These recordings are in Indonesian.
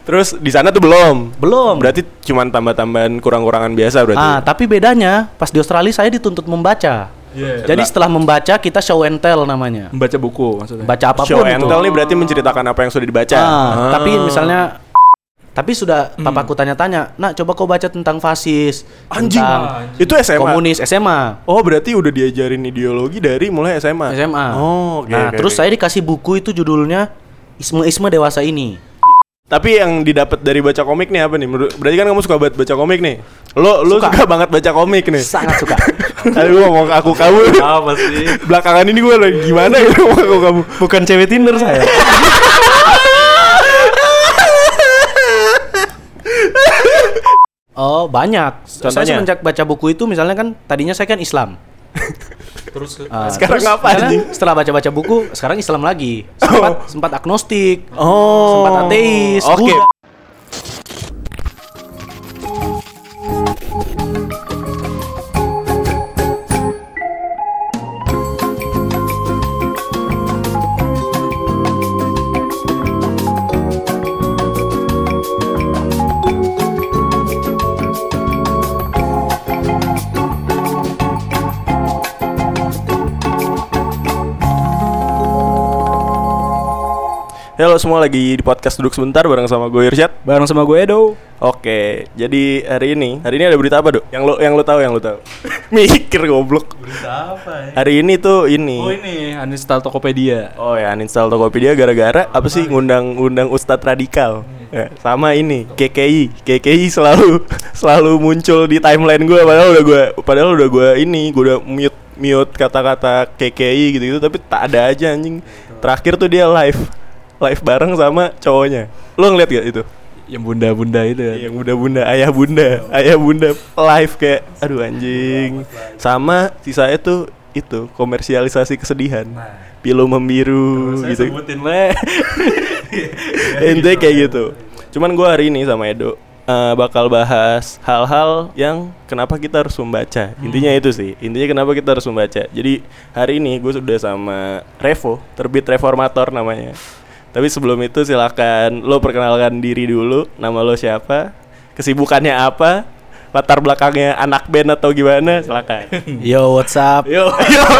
Terus di sana tuh belum. Belum. Berarti cuman tambah-tambahan kurang-kurangan biasa berarti. Tapi bedanya pas di Australia saya dituntut membaca. Jadi setelah membaca kita show and tell namanya. Membaca buku maksudnya. Baca apapun Show and itu. tell nih berarti menceritakan apa yang sudah dibaca. Tapi misalnya sudah papaku tanya-tanya, "Nak, coba kau baca tentang fasis, Anjing. tentang Itu SMA. komunis SMA." Oh, berarti udah diajarin ideologi dari mulai SMA. SMA. Oh, oke. Terus saya dikasih buku itu judulnya Isme-isme Dewasa Ini. Tapi yang didapat dari baca komik nih apa nih? Berarti kan kamu suka banget baca komik nih. Lo suka banget baca komik nih. Sangat suka. Aduh, ngomong ke aku kamu. Apa sih? Belakangan ini gue lagi gimana ya ngomong ke kamu. Bukan cewek Tinder saya. Oh, banyak. Saya Contohnya? semenjak baca buku itu misalnya kan tadinya saya kan Islam. Terus Sekarang terus apa, misalnya anjing? setelah baca-baca buku, sekarang Islam lagi. Sempat agnostik. Oh. Sempat ateis. Oke. Buddha. Halo semua, lagi di podcast Duduk Sebentar bareng sama gue Irsyad. bareng sama gue Edo. Oke, jadi hari ini ada berita apa, Dok? Yang lu tahu. Mikir goblok. Berita apa ya? Hari ini tuh ini. Oh ini uninstall Tokopedia. Oh ya, uninstall Tokopedia gara-gara apa sih? Ngundang Ustadz Radikal. Ya, sama ini KKI selalu muncul di timeline gue, padahal udah gue udah mute kata-kata KKI gitu-gitu, tapi tak ada aja anjing. Terakhir tuh dia live bareng sama cowoknya. Lo ngeliat gak itu? Yang bunda-bunda itu ya. Yang ayah bunda live kayak aduh anjing. Sama sisanya tuh itu komersialisasi kesedihan. Pilu membiru gitu. Sebutin le. Intinya kayak gitu. Cuman gue hari ini sama Edo bakal bahas hal-hal yang kenapa kita harus membaca. Intinya itu sih. Intinya kenapa kita harus membaca. Jadi hari ini gue sudah sama Revo, Terbit Reformator namanya. Tapi sebelum itu silakan lo perkenalkan diri dulu. Nama lo siapa? Kesibukannya apa? Latar belakangnya anak band atau gimana? Silakan. Yo, what's up? Yo.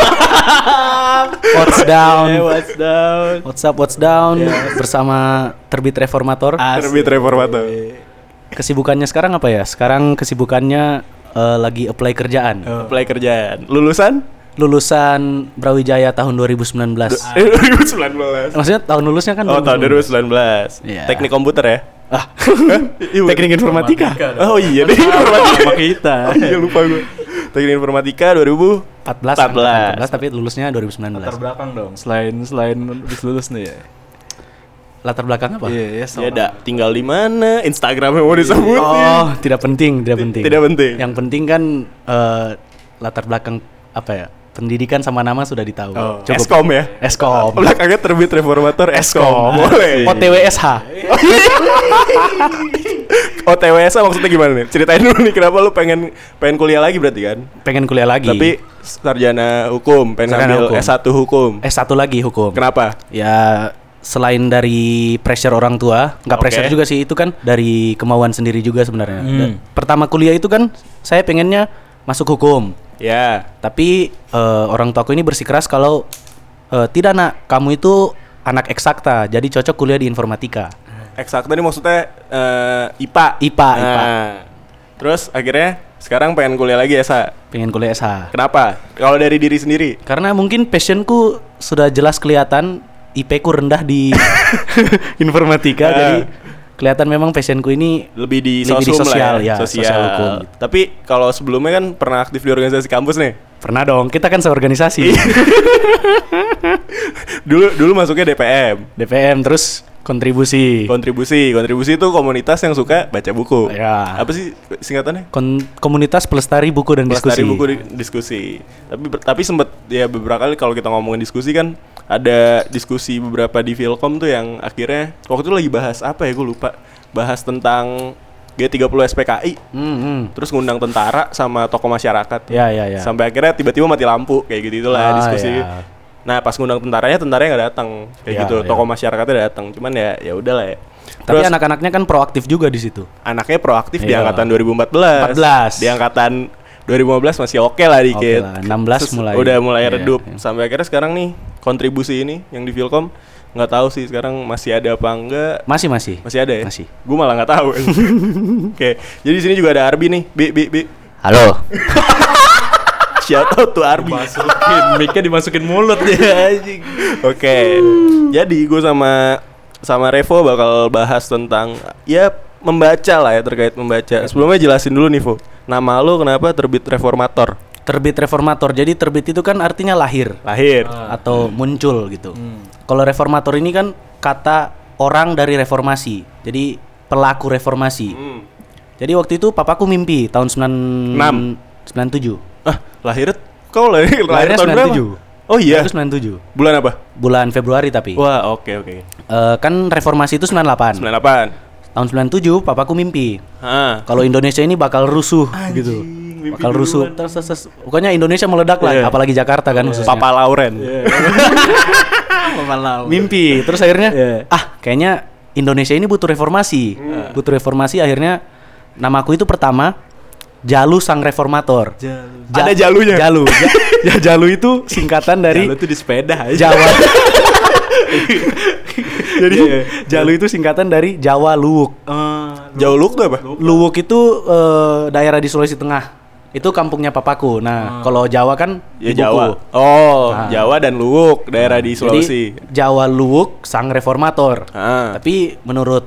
What's down? What's down? Bersama Terbit Reformator. Terbit Reformator. Kesibukannya sekarang apa ya? Sekarang kesibukannya lagi apply kerjaan. Apply kerjaan. Lulusan Brawijaya tahun 2019. 2019. Maksudnya tahun lulusnya kan Oh, tahun 2019. Iya. Teknik komputer ya? Teknik informatika. Oh iya deh, informatika Sama kita. Oh iya, lupa gue. Teknik informatika 14 tapi lulusnya Latar 2019. belakang dong. Selain habis lulus nih ya. Latar belakang apa? Iya, Ya dah, tinggal di mana? Instagramnya mau disebutin? Oh, tidak penting. Tidak penting. Yang penting kan latar belakang apa ya? Pendidikan sama nama sudah ditahu. Cukup. Eskom ya? Eskom. Belakangnya Terbit Reformator Eskom. Boleh. OTWSH. OTWS maksudnya gimana nih? Ceritain dulu nih kenapa lu pengen kuliah lagi berarti kan? Pengen kuliah lagi. Tapi sarjana hukum, pengen Sarjana ngambil hukum. S1 hukum. S1 lagi hukum. Kenapa? Ya selain dari pressure orang tua, nggak Oke. pressure juga sih, itu kan dari kemauan sendiri juga sebenarnya. Pertama kuliah itu kan saya pengennya masuk hukum. Ya. Tapi orang tuaku ini bersikeras kalau tidak, nak, kamu itu anak eksakta, jadi cocok kuliah di informatika. Eksakta ini maksudnya IPA. IPA. Terus akhirnya sekarang pengen kuliah lagi SH. Pengen kuliah SH. Kenapa? Kalau dari diri sendiri? Karena mungkin passionku sudah jelas kelihatan, IP ku rendah di informatika, jadi kelihatan memang passionku ini Lebih di lebih di sosum sosial, lah ya. ya, sosial hukum gitu. Tapi kalau sebelumnya kan pernah aktif di organisasi kampus nih. Pernah dong, kita kan seorganisasi. Dulu masuknya DPM terus kontribusi. Kontribusi itu komunitas yang suka baca buku. Ya. Apa sih singkatannya? Komunitas pelestari buku dan Pelestari diskusi. buku diskusi. Tapi sempet ya beberapa kali kalau kita ngomongin diskusi kan ada diskusi beberapa di Filkom tuh yang akhirnya waktu itu lagi bahas apa ya, gue lupa. Bahas tentang G30 SPKI. Terus ngundang tentara sama tokoh masyarakat. Ya. Sampai akhirnya tiba-tiba mati lampu kayak gitu itulah diskusi. Ya. Nah, pas ngundang tentaranya nggak datang kayak Ya, gitu. ya. Tokoh masyarakatnya datang. Cuman ya udahlah ya. Tapi Terus anak-anaknya kan proaktif juga di situ. anaknya proaktif di Iya. angkatan 2014. 14. Di angkatan 2015 masih oke lah dikit. Oke lah, 16 mulai. Udah mulai Iya, redup. iya. Sampai akhirnya sekarang nih kontribusi ini yang di Filkom nggak tahu sih sekarang masih ada apa enggak. Masih. Masih ada ya? Masih. Gue malah nggak tahu. Oke. Jadi di sini juga ada Arbi nih. Bi. Halo. Shout out to Arbi. Masukin mic-nya dimasukin mulut dia anjing. Oke. Jadi gue sama Revo bakal bahas tentang ya membaca lah ya, terkait membaca. Sebelumnya jelasin dulu nih, Vo. Nama lo kenapa Terbit Reformator? Terbit reformator. Jadi terbit itu kan artinya lahir Lahir. atau muncul gitu. Kalau reformator ini kan kata orang dari reformasi. Jadi pelaku reformasi. Jadi waktu itu papaku mimpi tahun 97. Ah, lahir kau lahir Lahirnya tahun berapa? 97. Oh iya. Itu 97. Bulan apa? Bulan Februari tapi. Wah, oke. Kan reformasi itu 98. 98. Tahun 97 papaku mimpi. Ah. Kalau Indonesia ini bakal rusuh gitu. mimpi Bakal rusuh. duluan. Terus. Pokoknya Indonesia meledak lah, Iya. apalagi Jakarta kan khususnya. Papa Lauren. Mimpi. Terus akhirnya Iya. kayaknya Indonesia ini butuh reformasi. Butuh reformasi, akhirnya namaku itu pertama Jalu Sang Reformator. Ada jalunya? Jalu. Jalu itu singkatan dari Lu tuh di sepeda aja. Jawa. Jadi Jalu itu singkatan dari Jawa Luwuk. Jauh Luk tuh apa? Luwuk itu daerah di Sulawesi Tengah. Itu kampungnya papaku. Nah, kalau Jawa kan Ya ibuku. Jawa. Oh, Nah. Jawa dan Luwuk, daerah di Sulawesi. Jadi Jawa Luwuk Sang Reformator. Ah. Tapi menurut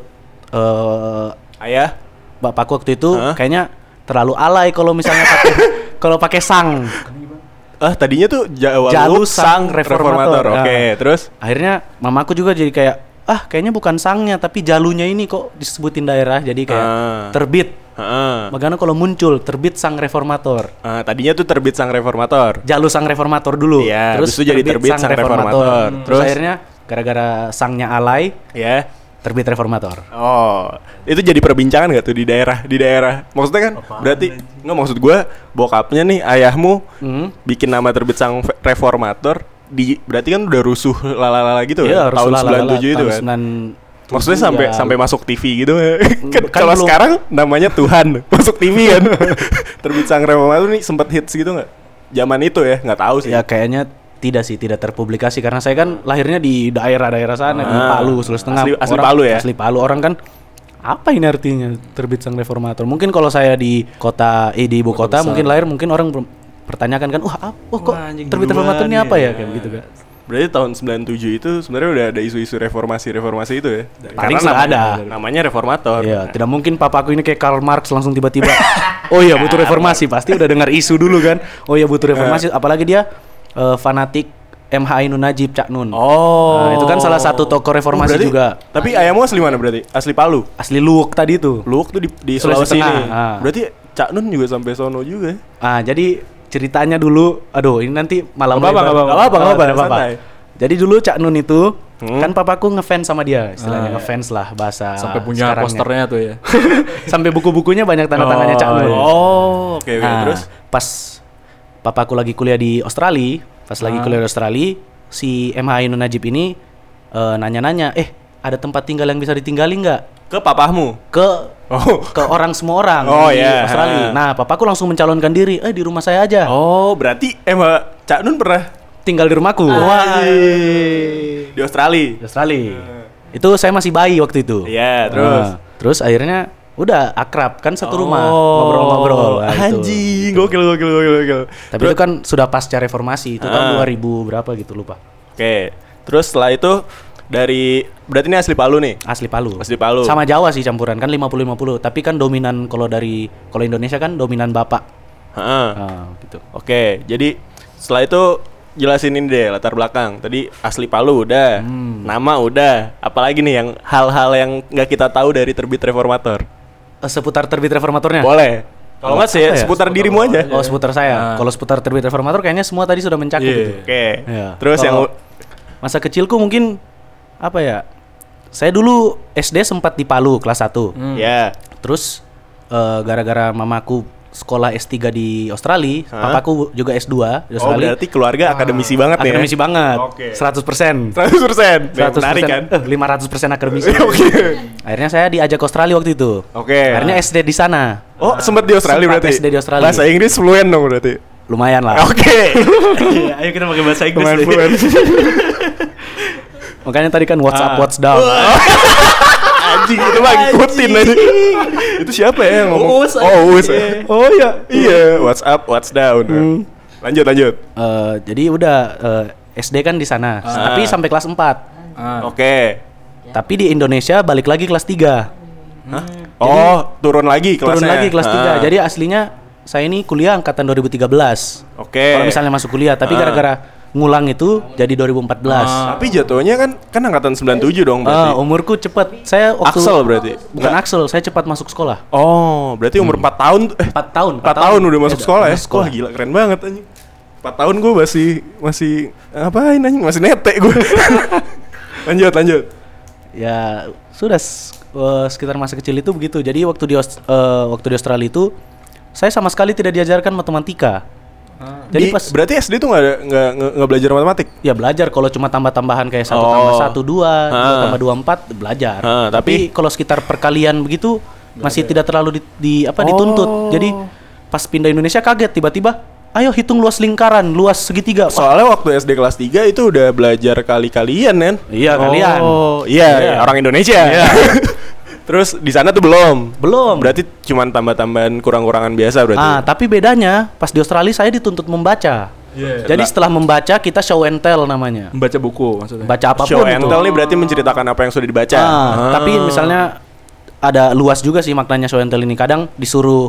Ayah. bapakku waktu itu Hah? kayaknya terlalu alay kalau misalnya pakai sang. Ah, tadinya tuh Jawa Jalu Luwuk Sang Reformator. Oke, Nah. terus Akhirnya mamaku juga jadi kayak kayaknya bukan sangnya tapi jalunya ini kok disebutin daerah jadi kayak terbit. Heeh. Makanya kalau muncul terbit Sang Reformator. Tadinya tuh Terbit Sang Reformator. Jalu Sang Reformator dulu. Iya, habis itu jadi Terbit Sang Reformator. Terus Terus? akhirnya gara-gara sangnya alay Ya. terbit Reformator. Oh, itu jadi perbincangan gak tuh di daerah? Maksudnya kan berarti nggak, maksud gua bokapnya nih, ayahmu bikin nama Terbit Sang Reformator berarti kan udah rusuh lalala gitu Iya, kan? Tahun 97 itu kan. Maksudnya sampai masuk TV gitu kan kalau belum. sekarang namanya Tuhan masuk TV kan. Terbit Sang Reformator nih sempat hits gitu nggak? Zaman itu ya, nggak tahu sih. Ya kayaknya tidak terpublikasi karena saya kan lahirnya di daerah-daerah sana di Palu, Sulawesi Tengah. Asli Palu ya? Asli Palu. Orang kan apa ini artinya Terbit Sang Reformator? Mungkin kalau saya di di ibu kota mungkin lahir, mungkin orang pertanyakan kan, kok anjing Terbit duluan Reformator ini ya. apa ya kayak gitu kan. Berarti tahun 97 itu sebenarnya udah ada isu-isu reformasi itu ya. Paling nggak ada. Namanya reformator. Iya, tidak mungkin papaku ini kayak Karl Marx langsung tiba-tiba. Oh iya butuh reformasi, pasti udah dengar isu dulu kan. Oh iya butuh reformasi, apalagi dia fanatik MH Ainun Najib Cak Nun. Oh. Nah, itu kan salah satu tokoh reformasi Berarti- juga. Tapi ayahmu asli mana berarti? Asli Palu. Asli Luwuk tadi tuh. Luwuk tuh di Sulawesi Sulawesi Tengah. ini. Ah. Berarti Cak Nun juga sampai sono juga. Jadi ceritanya dulu, aduh ini nanti malam Nggak apa-apa, santai. Jadi dulu Cak Nun itu kan papaku ngefans sama dia, istilahnya ngefans lah bahasa Sampai punya sekarangnya. posternya tuh ya. Sampai buku-bukunya banyak tanda tangannya Cak Nun. Oh, oke. Nah, Terus pas papaku lagi kuliah di Australia, si MH Ainun Najib ini nanya-nanya, ada tempat tinggal yang bisa ditinggali nggak? ke papahmu. Ke orang semua orang Oh, di iya. Australia. Nah, papaku langsung mencalonkan diri, di rumah saya aja. Oh, berarti Cak Nun pernah Tinggal di rumahku. di Australia. Di Australia. Itu saya masih bayi waktu itu. Iya, terus. Nah, terus akhirnya udah akrab kan satu rumah, Oh, ngobrol-ngobrol. Nah, itu. Anjing, gokil. Tapi itu kan sudah pasca reformasi, itu tahun 2000 berapa gitu lupa. Oke. Terus setelah itu berarti ini asli Palu nih. Asli Palu. Asli Palu. Sama Jawa sih campuran kan 50-50, tapi kan dominan kalau Indonesia kan dominan bapak. Heeh. Nah, gitu. Oke, jadi setelah itu jelasin ini deh latar belakang. Tadi asli Palu udah, nama udah. Apalagi nih yang hal-hal yang nggak kita tahu dari Terbit Reformator? Seputar Terbit Reformatornya? Boleh. Kalau nggak sih Apa ya? seputar dirimu aja. Oh, seputar saya. Kalau seputar Terbit Reformator kayaknya semua tadi sudah mencakup Iya. gitu. Oke. Iya. Terus Kalau masa kecilku mungkin apa ya? Saya dulu SD sempat di Palu kelas 1. ya. Terus gara-gara mamaku sekolah S3 di Australia, papaku juga S2 di Oh, Australia. berarti keluarga akademisi banget nih. Akademisi banget. Oke. 100%. 100%. 100%. Menarik kan? 500% akademisi. Oke. Akhirnya saya diajak ke Australia waktu itu. Oke. Akhirnya SD di sana. Oh, sempat di Australia Sempat berarti. SD di Australia. Bahasa Inggris fluent dong berarti. Lumayan lah. Oke. Ayo kita pakai bahasa Inggris Lumayan deh. fluent. Makanya tadi kan what's up, what's down. Anjing itu mah ngikutin aja. Itu siapa ya yang ngomong? Uus, Uus. iya. Oh iya. Iya, what's up, what's down. Lanjut. Jadi udah SD kan di sana. Tapi sampai kelas 4. Oke. Tapi di Indonesia balik lagi kelas 3. Oh, turun lagi kelasnya. Turun lagi kelas 3. Jadi aslinya saya ini kuliah angkatan 2013. Oke. Kalau misalnya masuk kuliah, tapi gara-gara ngulang itu jadi 2014. Tapi jatuhnya kan angkatan 97 dong berarti. Umurku cepet. Saya waktu Axel berarti? Bukan Axel, saya cepat masuk sekolah. Oh, berarti umur 4 tahun 4 tahun. 4 tahun udah masuk sekolah ya? masuk sekolah. Wah gila, keren banget anjing. 4 tahun gue masih ngapain anjing? Masih netek gue. lanjut. Ya sudah sekitar masa kecil itu begitu. Jadi waktu di Australia itu saya sama sekali tidak diajarkan matematika. Jadi berarti SD tuh nggak belajar matematik? ya belajar kalau cuma tambah-tambahan kayak 1 Oh. tambah 1 2, 2 tambah 2 4 belajar. Tapi kalau sekitar perkalian begitu masih tidak terlalu dituntut. Jadi pas pindah Indonesia kaget tiba-tiba ayo hitung luas lingkaran, luas segitiga. Wah, Soalnya waktu SD kelas 3 itu udah belajar kali-kalian kan? Iya, kalian. Oh, iya, orang Indonesia. Terus di sana tuh belum. Berarti cuman tambah-tambahan kurang-kurangan biasa berarti. tapi bedanya pas di Australia saya dituntut membaca. Jadi setelah membaca kita show and tell namanya. Membaca buku maksudnya. Baca apapun Show and itu. tell nih berarti menceritakan apa yang sudah dibaca. Tapi misalnya ada luas juga sih maknanya show and tell ini. Kadang disuruh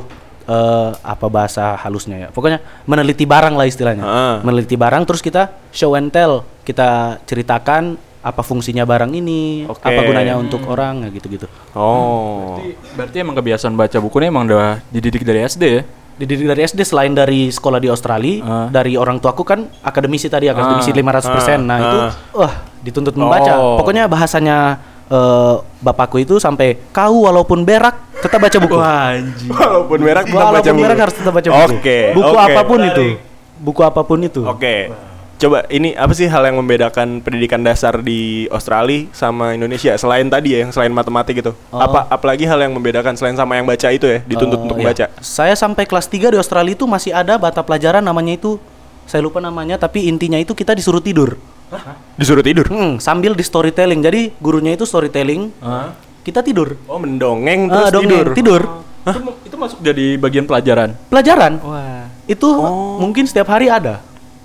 apa bahasa halusnya ya. Pokoknya meneliti barang lah istilahnya. Meneliti barang terus kita show and tell. Kita ceritakan apa fungsinya barang ini, Oke. apa gunanya untuk orang, ya gitu-gitu. Oh. Berarti emang kebiasaan baca buku ini emang udah dididik dari SD ya? Dididik dari SD selain dari sekolah di Australia, dari orang tuaku kan akademisi tadi, akademisi 500%. Nah, itu dituntut membaca. Oh. Pokoknya bahasanya bapakku itu sampai kau walaupun berak tetap baca buku. Anjing. Walaupun merah tetap baca Walaupun buku. berak harus tetap baca buku. Oke. Buku oke. apapun itu. Buku apapun itu. Oke. Coba ini apa sih hal yang membedakan pendidikan dasar di Australia sama Indonesia selain tadi ya yang selain matematik itu? Apalagi hal yang membedakan selain sama yang baca itu ya, dituntut untuk Iya. membaca. Saya sampai kelas 3 di Australia itu masih ada mata pelajaran namanya itu saya lupa namanya tapi intinya itu kita disuruh tidur. Disuruh tidur. Sambil di storytelling. Jadi gurunya itu storytelling. Kita tidur. Oh, mendongeng terus Dongeng, tidur. Itu masuk jadi bagian pelajaran. Pelajaran. Wah. Itu mungkin setiap hari ada.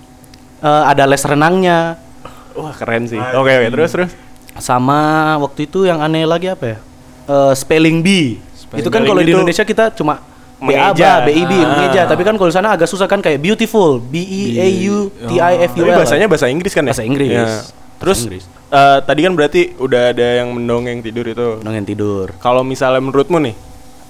Ada les renangnya. Wah, keren sih. Oke, terus. Sama waktu itu yang aneh lagi apa ya? Spelling bee. Itu kan kalau di itu Indonesia kita cuma mengeja. BIB, mengeja. Tapi kan kalau di sana agak susah kan kayak beautiful, BEAUTIFUL. Tapi bahasanya bahasa Inggris kan ya? Bahasa Inggris. Ya. Terus Bahasa Inggris. tadi kan berarti udah ada yang mendongeng tidur itu. Dongeng tidur. Kalau misalnya menurutmu nih,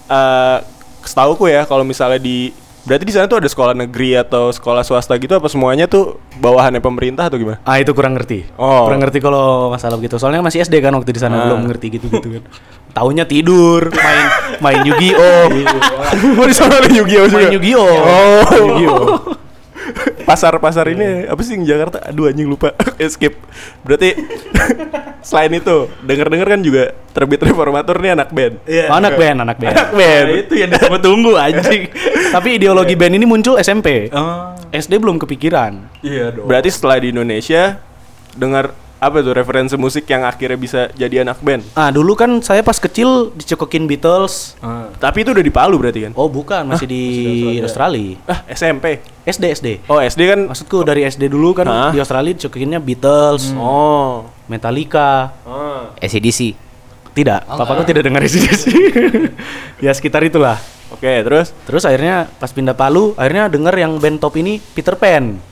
setauku ya kalau misalnya berarti di sana tuh ada sekolah negeri atau sekolah swasta gitu apa semuanya tuh bawahannya pemerintah atau gimana? Itu kurang ngerti. Oh. Kurang ngerti kalau masalah begitu. Soalnya masih SD kan waktu di sana belum ngerti gitu-gitu kan. Taunya tidur, main Yu-Gi-Oh. Oh, di sana ada Yu-Gi-Oh juga. Main Yu-Gi-Oh. Oh. Yu-Gi-Oh. Pasar ini apa sih yang Jakarta? Aduh anjing lupa. Skip. Berarti selain itu, denger-denger kan juga terbit reformator nih anak band. Anak band. Anak band. Itu yang ditunggu anjing. Tapi ideologi band ini muncul SMP. SD belum kepikiran. Iya dong. Berarti setelah di Indonesia dengar apa tuh referensi musik yang akhirnya bisa jadi anak band? Dulu kan saya pas kecil dicekokin Beatles. Tapi itu udah di Palu berarti kan? Oh, bukan, masih di Australia. SMP. SD. Oh, SD kan. Maksudku dari SD dulu kan di Australia dicekokinnya Beatles, Oh. Metallica. AC/DC. Tidak, papaku tidak dengar AC/DC. Ya sekitar itulah. Oke, terus? Terus akhirnya pas pindah Palu, akhirnya denger yang band top ini Peter Pan.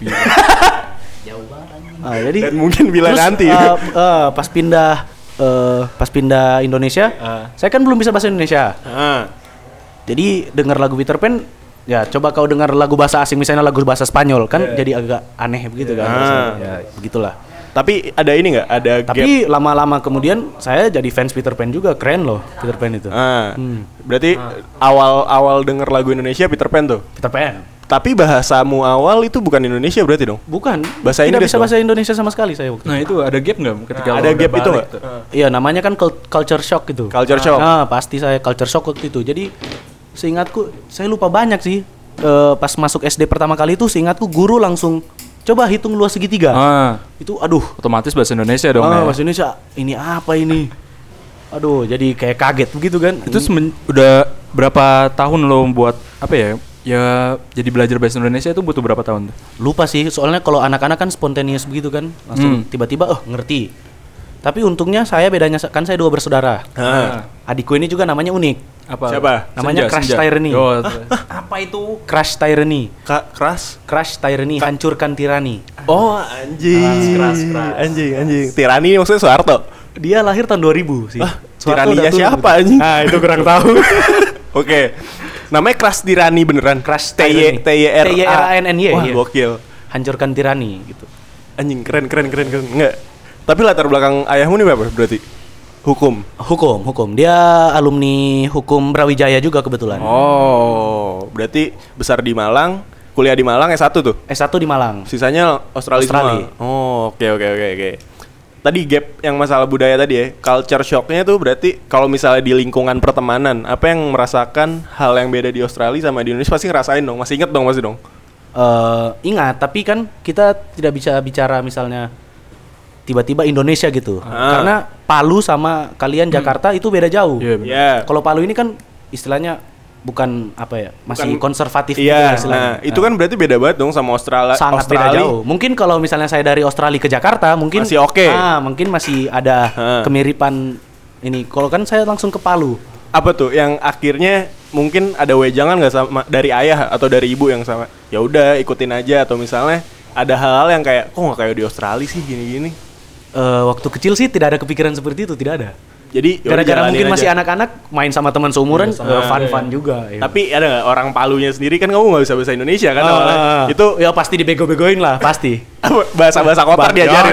Jadi Dan mungkin bila terus, nanti. pas pindah Indonesia, saya kan belum bisa bahasa Indonesia. Jadi dengar lagu Peter Pan, ya coba kau dengar lagu bahasa asing misalnya lagu bahasa Spanyol kan jadi agak aneh begitu kan. Ya begitulah. Tapi ada ini nggak? Ada gap? Tapi lama-lama kemudian saya jadi fans Peter Pan juga, keren loh Peter Pan itu. Berarti awal denger lagu Indonesia Peter Pan tuh. Peter Pan. Tapi bahasamu awal itu bukan Indonesia berarti dong? Bukan. Bahasa Tidak Inggris bisa dong? bahasa Indonesia sama sekali saya waktu. Nah itu ada gap nggak ketika Ada lo udah gap itu balik nggak? tuh? Iya, namanya kan culture shock itu. Culture shock. Nah, pasti saya culture shock waktu itu. Jadi seingatku saya lupa banyak sih. Pas masuk SD pertama kali itu seingatku guru langsung coba hitung luas segitiga. Itu aduh, Otomatis bahasa Indonesia dong ya. bahasa Indonesia. Ini apa ini? Aduh, jadi kayak kaget begitu kan. Itu udah berapa tahun lo buat apa ya? Ya jadi belajar bahasa Indonesia itu butuh berapa tahun tuh? Lupa sih, soalnya kalau anak-anak kan spontaneous begitu kan. Langsung tiba-tiba ngerti. Tapi untungnya saya bedanya kan saya 2 bersaudara. Adikku ini juga namanya unik. Apa? Siapa? Namanya Crash Tyranny. Oh, Apa itu? Crash Tyranny. Keras? Crash Tyranny, hancurkan tirani. Oh anjing. Keras. Anjing. Tirani maksudnya Soeharto. Dia lahir tahun 2000 sih. Soeharto Tiraninya udah turun. siapa anjing? Nah, itu kurang tahu. Oke. Namanya Crash Tirani beneran. Crash Tyranny. T-Y-R-A-N-N-Y. Wah, iya. gokil. Hancurkan tirani gitu. Anjing keren. Enggak. Tapi latar belakang ayahmu nih apa berarti? Hukum. Dia alumni hukum Brawijaya juga kebetulan. Oh, berarti besar di Malang, kuliah di Malang S1 tuh. S1 di Malang. Sisanya Australia. Semua. Oh, oke. Tadi gap yang masalah budaya tadi ya, culture shocknya tuh berarti kalau misalnya di lingkungan pertemanan, apa yang merasakan hal yang beda di Australia sama di Indonesia pasti ngerasain dong, masih inget dong masih dong. Ingat, tapi kan kita tidak bisa bicara misalnya tiba-tiba Indonesia gitu. Karena Palu sama kalian Jakarta itu beda jauh. Iya. Yeah. Kalau Palu ini kan istilahnya bukan apa ya, masih konservatif gitu Iya, istilahnya. nah itu kan berarti beda banget dong sama Australia. Sangat beda jauh. Mungkin kalau misalnya saya dari Australia ke Jakarta mungkin Masih oke. mungkin masih ada kemiripan ini. Kalau kan saya langsung ke Palu. Apa tuh yang akhirnya mungkin ada wejangan nggak sama dari ayah atau dari ibu yang sama? Ya udah ikutin aja, atau misalnya ada hal-hal yang kayak kok nggak kayak di Australia sih gini-gini. Waktu kecil sih tidak ada kepikiran seperti itu, tidak ada. Jadi yaudah Gara-gara jalanin mungkin aja. masih anak-anak main sama teman seumuran, fun juga. Ya. Tapi ada nggak orang Palunya sendiri kan kamu nggak bisa bahasa Indonesia kan awalnya. Itu ya pasti dibego-begoin lah, pasti. bahasa kotor diajarin.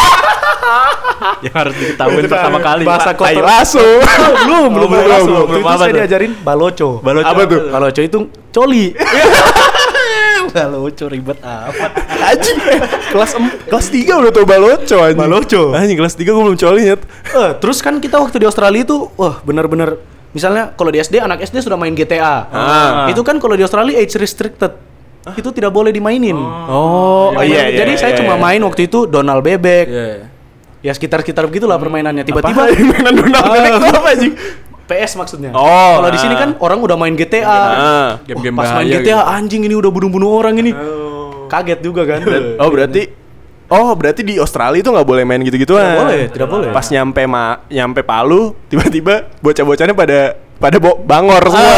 Yang harus diketahui pertama kali. Bahasa Pak. kotor. Lasso. belum belum. Itu saya diajarin baloco. Apa tuh? Baloco itu coli. Baloco ribet amat. Anjing. Kelas 3 udah tau baloco anjing. Baloco. Anjing kelas 3 gue belum coli nyet. Terus kan kita waktu di Australia itu benar-benar misalnya kalau di SD anak SD sudah main GTA. Itu kan kalau di Australia age restricted. Itu tidak boleh dimainin. Jadi saya cuma main waktu itu Donald Bebek. Ya sekitar-sekitar begitulah permainannya. Tiba-tiba mainan Donald Bebek itu apa anjing? PS maksudnya. Oh, Kalau di sini kan orang udah main GTA. Game-game Pas main bahaya GTA anjing ini udah bunuh-bunuh orang ini. Kaget juga kan. Berarti di Australia itu nggak boleh main gitu-gituan. Tidak boleh. Pas nyampe Palu, tiba-tiba bocah-bocahnya pada bangor semua.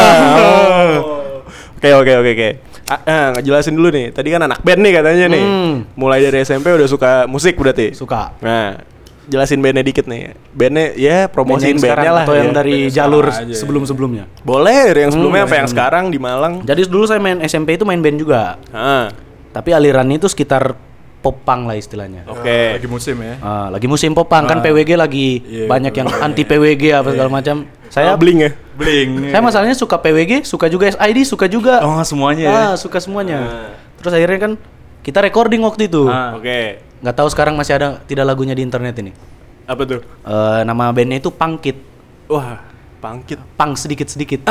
Oke. Ngejelasin dulu nih. Tadi kan anak band nih katanya nih. Mulai dari SMP udah suka musik berarti. Suka. Nah, jelasin bandnya dikit nih. Bandnya ya promosiin bandnya lah. Atau yang ya. dari jalur sebelum-sebelumnya. Boleh dari yang sebelumnya apa yang sekarang di Malang. Jadi dulu saya main SMP itu main band juga. Tapi alirannya itu sekitar popang lah istilahnya. Oke. Lagi musim ya. Lagi musim popang kan PWG lagi banyak yang anti PWG apa segala macam. Saya bling ya. Saya masalahnya suka PWG, suka juga SID, suka juga. Oh, semuanya ya. Suka semuanya. Terus akhirnya kan kita recording waktu itu. Oke. Nggak tahu sekarang masih ada tidak lagunya di internet ini. Apa tuh? Nama bandnya itu Pangkit. Wah, Pangkit. Pang sedikit-sedikit.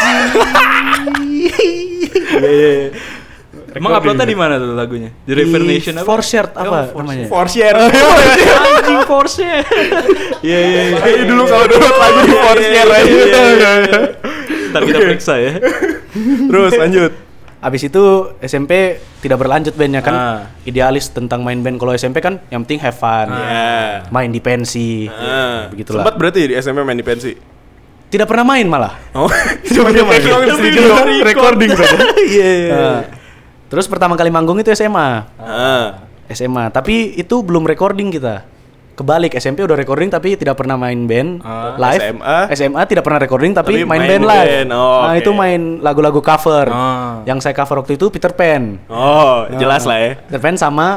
Emang uploadnya di mana tuh lagunya? Di River Nation apa? Forshared apa namanya? Forshare. Anjing Forshared. Iya. Dulu kalau download lagu di Forshare aja. Ntar kita periksa ya. Terus lanjut. Abis itu SMP tidak berlanjut bandnya kan. Idealis tentang main band. Kalau SMP kan yang penting have fun. Main di pensi. Begitulah. Sempat berarti di SMP main di pensi? Tidak pernah main malah. Oh, cuma dia main recording saja. Iya. Terus pertama kali manggung itu SMA. SMA, tapi itu belum recording kita. Kebalik, SMP udah recording tapi tidak pernah main band live. SMA tidak pernah recording tapi main band live. Itu main lagu-lagu cover. Yang saya cover waktu itu Peter Pan. Oh, jelas lah ya. Peter Pan sama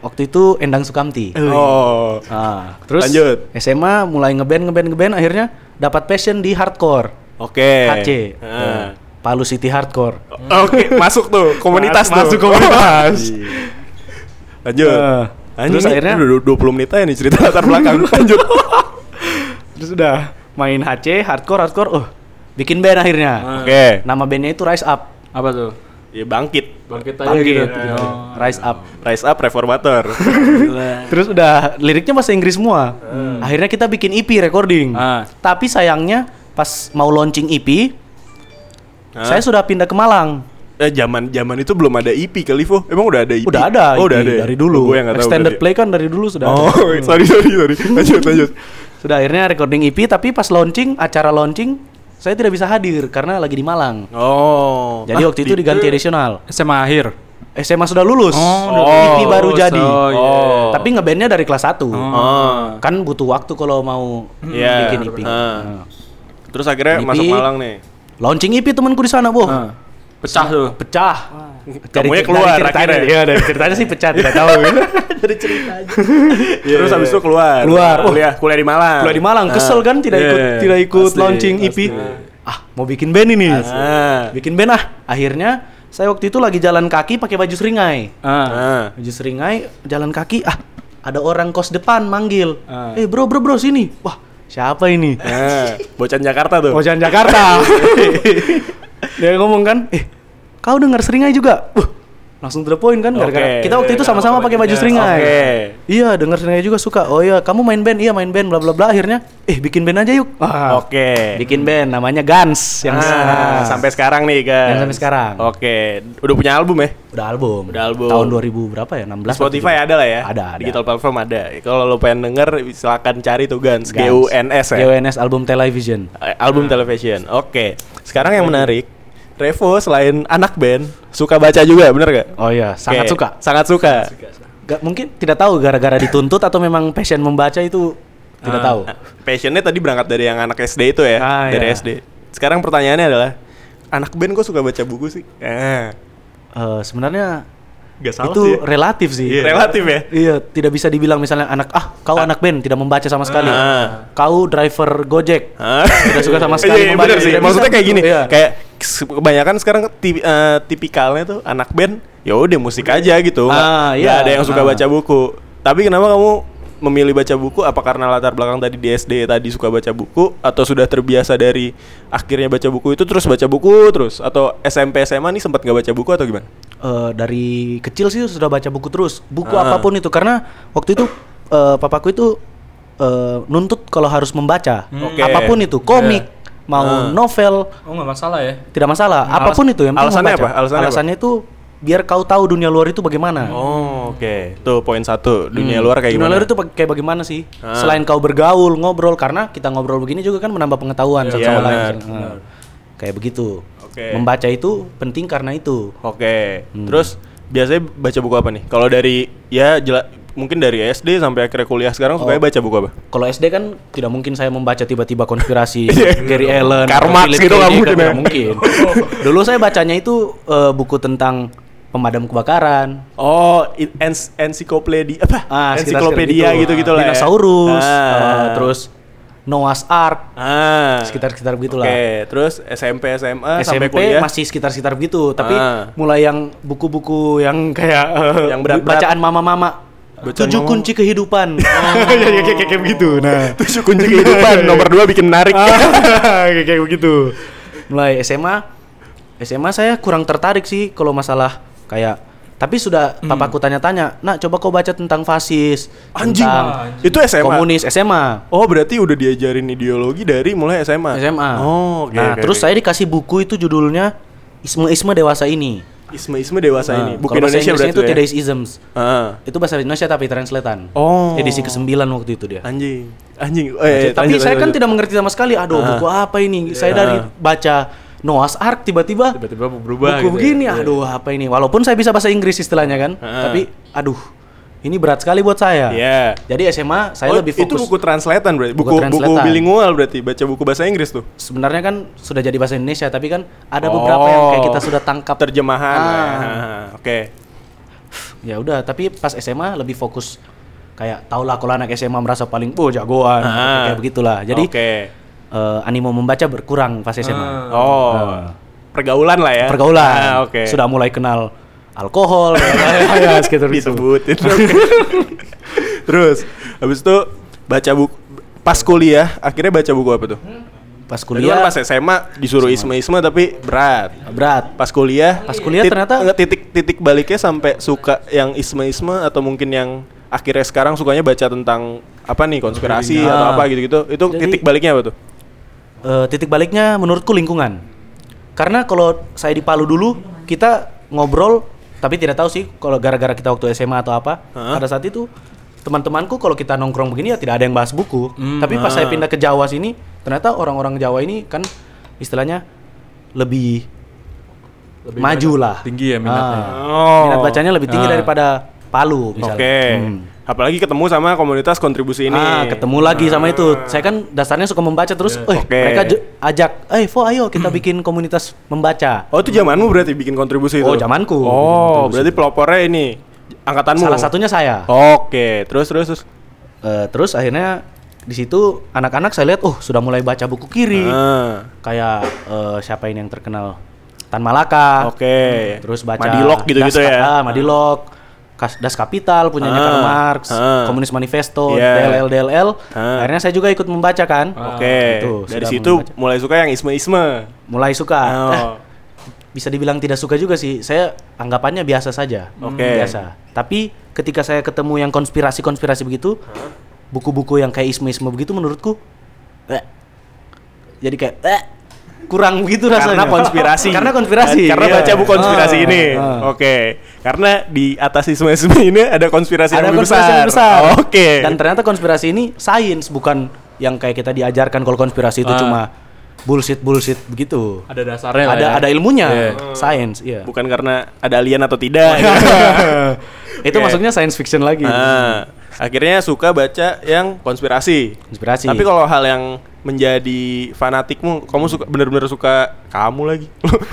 waktu itu Endang Sukamti. Oh. Terus Lanjut. SMA mulai ngeband akhirnya dapat passion di hardcore. Oke. HC. Palu City Hardcore. Oke, masuk tuh komunitas tuh. Masuk komunitas. Lanjut. Terus akhirnya udah 20 menit aja nih cerita latar belakang. Lanjut. terus udah main HC hardcore. Bikin band akhirnya. Oke. Nama bandnya itu Rise Up. Apa tuh? Ya bangkit. Bangkit aja Bangkit. gitu. Rise Up. Rise Up Reformator. Terus udah liriknya bahasa Inggris semua. Akhirnya kita bikin EP recording. Tapi sayangnya pas mau launching EP, saya sudah pindah ke Malang. Zaman itu belum ada EP kali, Vo. Emang udah ada EP? Udah ada Oh, EP udah ada. dari dulu. Gue yang nggak tahu Extended berarti. play kan dari dulu sudah Oh, ada. sorry. Lanjut. Sudah akhirnya recording EP, tapi pas acara launching saya tidak bisa hadir karena lagi di Malang. Oh. Jadi waktu itu diganti additional. SMA akhir. SMA sudah lulus. udah EP lulus. baru jadi. Oh, iya. Tapi ngebandnya dari kelas 1. Oh. Kan butuh waktu kalau mau Iya. bikin EP. Nah. Terus akhirnya EP. masuk Malang nih. Launching EP temanku di sana, Bu. Pecah tuh. Pecah. Kamunya keluar akhirnya. Iya, dari ceritanya sih pecah, tidak tahu. Dari ceritanya. Terus habis itu keluar. Kuliah di Malang. Keluar di Malang, kesel kan tidak ikut launching EP. Mau bikin band ini. Bikin band Akhirnya saya waktu itu lagi jalan kaki pakai baju seringai. Baju seringai, jalan kaki, ada orang kos depan manggil. Bro sini. Wah, siapa ini? Bocan Jakarta tuh. Bocan Jakarta. Dia ngomong kan, kau dengar seringai juga? Langsung to the point kan, gara-gara kita waktu itu sama-sama pakai baju seringai. Iya, dengar seringai juga suka. Oh iya, kamu main band? Iya, main band bla bla bla. Akhirnya, bikin band aja yuk. Bikin band namanya Guns yang sampai sekarang nih kan. Yang sampai sekarang. Oke, udah punya album ya? Udah album. album. Tahun 2000 berapa ya? 16. Spotify ada lah ya? Ada. Digital platform ada. Kalau lo pengen denger silakan cari tuh Guns. Guns. GUNS ya. GUNS album television. Album television. Oke. Sekarang yang menarik, Revo selain anak band suka baca juga, bener gak? Oh iya, sangat suka. Sangat suka. Mungkin tidak tahu gara-gara dituntut atau memang passion membaca itu tidak tahu. Passionnya tadi berangkat dari yang anak SD itu ya, dari iya. SD. Sekarang pertanyaannya adalah, anak band kok suka baca buku sih? Sebenarnya Gak salah itu sih. relatif sih. Relatif ya? Iya, tidak bisa dibilang misalnya kau anak band tidak membaca sama sekali. Kau driver Gojek tidak suka sama sekali Iya, membaca. bener sih. Tidak Maksudnya bisa kayak gini, gitu. Iya. kayak kebanyakan sekarang tipikalnya tuh anak band, ya udah musik aja gitu. Nggak iya. ada yang suka baca buku. Tapi kenapa kamu memilih baca buku? Apa karena latar belakang tadi di SD tadi suka baca buku, atau sudah terbiasa dari akhirnya baca buku itu terus baca buku terus, atau SMP SMA nih sempat nggak baca buku atau gimana? Dari kecil sih sudah baca buku terus, buku apapun itu, karena waktu itu papaku itu nuntut kalau harus membaca apapun itu, komik mau novel, nggak masalah ya? tidak masalah, apapun itu yang penting alasannya membaca. apa? Alasannya itu biar kau tahu dunia luar itu bagaimana. Oke. Tuh poin 1, dunia luar kayak dunia gimana? luar itu kayak bagaimana sih? Selain kau bergaul, ngobrol, karena kita ngobrol begini juga kan menambah pengetahuan satu sama lain. Kayak begitu. Membaca itu penting karena itu. Terus biasanya baca buku apa nih? Kalau dari mungkin dari SD sampai akhirnya kuliah sekarang sukanya baca buku apa? Kalau SD kan tidak mungkin saya membaca tiba-tiba konspirasi Gary Allen, Karl Marx Philip gitu, K. nggak Dick, mungkin ya? nggak mungkin. Dulu saya bacanya itu buku tentang pemadam kebakaran. Ensiklopedia apa? Sekitar-sekitar Ensiklopedia gitu lah. Dinosaurus, terus Noah's Ark, sekitar-sekitar begitulah. Terus SMP SMA sampai kuliah masih sekitar-sekitar begitu, tapi mulai yang buku-buku yang kayak yang berat-berat. bacaan mama-mama. 7 kunci kehidupan. Kayak begitu. Nah, 7 kunci kehidupan. Nomor 2 bikin menarik. Kayak begitu. Mulai SMA saya kurang tertarik sih kalau masalah kayak, tapi sudah papaku tanya-tanya, "Nak, coba kau baca tentang fasis." Anjing. Tentang Itu SMA. Komunis SMA. Oh, berarti udah diajarin ideologi dari mulai SMA. Oh, oke. Terus saya dikasih buku itu judulnya Isme-isme Dewasa Ini. Isme-isme dewasa ini. Buku Kalau bahasa Indonesia Inggrisnya berarti itu ya? Today's Isms. Itu bahasa Indonesia tapi translatean. Oh. Edisi ke-9 waktu itu dia. Anjing. Tapi saya kan tidak mengerti sama sekali. Aduh, buku apa ini? Saya dari baca Noah's Ark tiba-tiba berubah buku gitu begini. ya. Aduh, apa ini? Walaupun saya bisa bahasa Inggris istilahnya kan. Tapi aduh, ini berat sekali buat saya. Iya. Jadi SMA saya lebih fokus. Itu buku translatean berarti. Buku Buku translatean. bilingual berarti. Baca buku bahasa Inggris tuh. Sebenarnya kan sudah jadi bahasa Indonesia, tapi kan ada beberapa yang kayak kita sudah tangkap terjemahan. Oke. Ya udah, tapi pas SMA lebih fokus kayak tau lah kalau anak SMA merasa paling jagoan kayak begitulah. Jadi animo membaca berkurang pas SMA. Pergaulan lah ya. Pergaulan. Sudah mulai kenal alkohol ya sekitar disebutin. Terus habis itu baca buku pas kuliah, akhirnya baca buku apa tuh? Pas kuliah pas SMA disuruh isme-isme tapi berat. Pas kuliah ternyata titik baliknya sampai suka yang isme-isme atau mungkin yang akhirnya sekarang sukanya baca tentang apa nih, konspirasi atau apa gitu-gitu. Itu jadi, titik baliknya apa tuh? Titik baliknya menurutku lingkungan. Karena kalau saya di Palu dulu kita ngobrol tapi tidak tahu sih kalau gara-gara kita waktu SMA atau apa. Pada saat itu teman-temanku kalau kita nongkrong begini ya tidak ada yang bahas buku. Tapi pas saya pindah ke Jawa sini, ternyata orang-orang Jawa ini kan istilahnya lebih maju lah. Tinggi ya minatnya. Minat bacanya lebih tinggi daripada Palu misalnya. Apalagi ketemu sama komunitas kontribusi ini. Ketemu lagi sama itu. Saya kan dasarnya suka membaca terus. Mereka ajak, ayo kita bikin komunitas membaca. Oh, itu zamanmu berarti bikin kontribusi itu? Oh, zamanku. Oh, berarti pelopornya ini angkatanmu. Salah satunya saya. Oke, terus. Terus akhirnya di situ anak-anak saya lihat, sudah mulai baca buku kiri. Kayak siapa ini yang terkenal? Tan Malaka. Terus baca Madilog gitu-gitu ya. Madilog. Das Kapital punyanya Karl Marx, Komunis Manifesto, DLL. Akhirnya saya juga ikut membaca kan. Gitu, dari situ mulai suka yang isme-isme. Mulai suka. Bisa dibilang tidak suka juga sih. Saya anggapannya biasa saja. Biasa. Tapi ketika saya ketemu yang konspirasi begitu, buku-buku yang kayak isme-isme begitu menurutku jadi kayak kurang begitu rasanya. Karena konspirasi. Karena baca buku konspirasi ini. Karena di atas isme-isme ini ada konspirasi yang lebih besar. Dan ternyata konspirasi ini sains, bukan yang kayak kita diajarkan kalau konspirasi itu cuma bullshit begitu. Ada dasarnya. Ada ilmunya. Sains, iya. Bukan karena ada alien atau tidak. Itu maksudnya science fiction lagi. Akhirnya suka baca yang konspirasi. Tapi kalau hal yang menjadi fanatikmu, kamu suka benar-benar suka kamu lagi.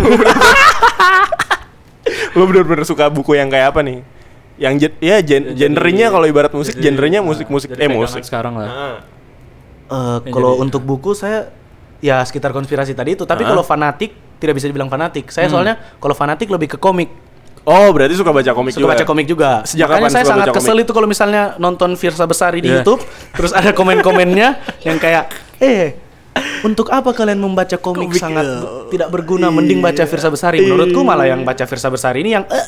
Lo benar-benar suka buku yang kayak apa nih? Yang genrenya kalau ibarat musik, genrenya musik sekarang lah. Kalau untuk buku saya ya sekitar konspirasi tadi itu, tapi kalau fanatik tidak bisa dibilang fanatik. Saya soalnya kalau fanatik lebih ke komik. Oh, berarti suka baca komik juga. Suka baca komik juga. Makanya saya sangat kesel itu kalau misalnya nonton Firsa Besari di YouTube, terus ada komen-komennya yang kayak, untuk apa kalian membaca komik sangat tidak berguna, mending baca Firsa Besari. Menurutku malah yang baca Firsa Besari ini yang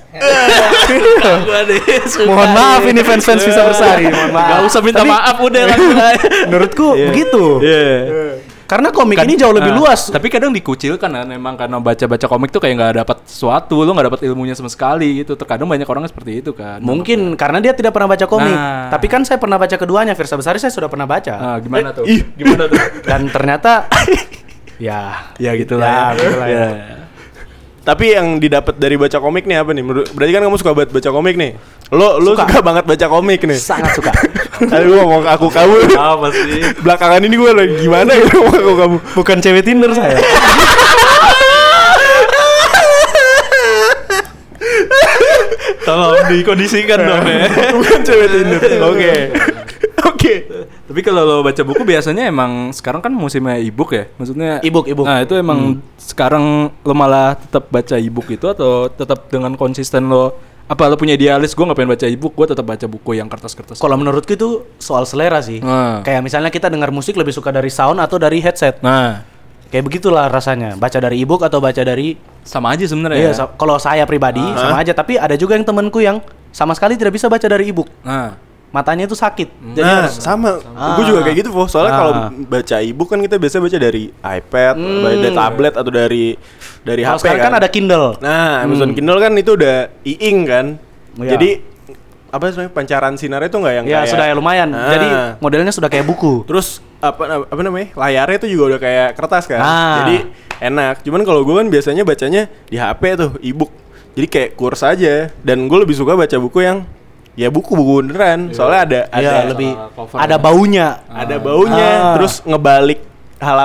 mohon maaf ini fans-fans Firsa Besari, mohon maaf. Gak usah minta maaf udah langsung. Menurutku begitu. Karena komik ini jauh lebih luas. Tapi kadang dikucilkan kan, memang karena baca-baca komik tuh kayak nggak dapat sesuatu, lo nggak dapat ilmunya sama sekali gitu. Terkadang banyak orang seperti itu kan. Mungkin karena dia tidak pernah baca komik. Tapi kan saya pernah baca keduanya. Firsa Besari saya sudah pernah baca. Gimana tuh? Dan ternyata ya gitulah. Tapi yang didapat dari baca komik nih apa nih? Berarti kan kamu suka banget baca komik nih. Lo suka banget baca komik nih. Sangat suka. Tadi gue ngomong aku kamu. Apa sih? Belakangan ini gue lagi gimana gitu ngomong aku kamu. Bukan cewek Tinder saya. Tolong dikondisikan dong ya. Bukan cewek Tinder. Oke. Tapi kalau lo baca buku biasanya emang sekarang kan musimnya e-book ya? Maksudnya e-book. Nah, itu emang sekarang lo malah tetap baca e-book itu atau tetap dengan konsisten lo? Apa lo punya idealis, gue gak pengen baca e-book, gue tetap baca buku yang kertas-kertas? Kalau menurutku itu soal selera sih. Kayak misalnya kita dengar musik lebih suka dari sound atau dari headset. Kayak begitulah rasanya. Baca dari e-book atau baca dari... Sama aja sebenarnya. Iya, kalau saya pribadi sama aja. Tapi ada juga yang temanku yang sama sekali tidak bisa baca dari e-book. Matanya itu sakit. Jadi sama. Gue juga kayak gitu, Soalnya kalau baca e-book kan kita biasa baca dari iPad, dari tablet atau dari HP sekarang kan ada Kindle. Nah, Amazon Kindle kan itu udah e-ink kan. Jadi apa sebenarnya pancaran sinarnya itu nggak yang kayak sudah ya lumayan. Jadi modelnya sudah kayak buku. Terus apa namanya? Layarnya itu juga udah kayak kertas kan. Jadi enak. Cuman kalau gue kan biasanya bacanya di HP tuh e-book. Jadi kayak kurs aja. Dan gue lebih suka baca buku yang buku beneran. Soalnya ada lebih ada baunya. Ada baunya. Terus ngebalik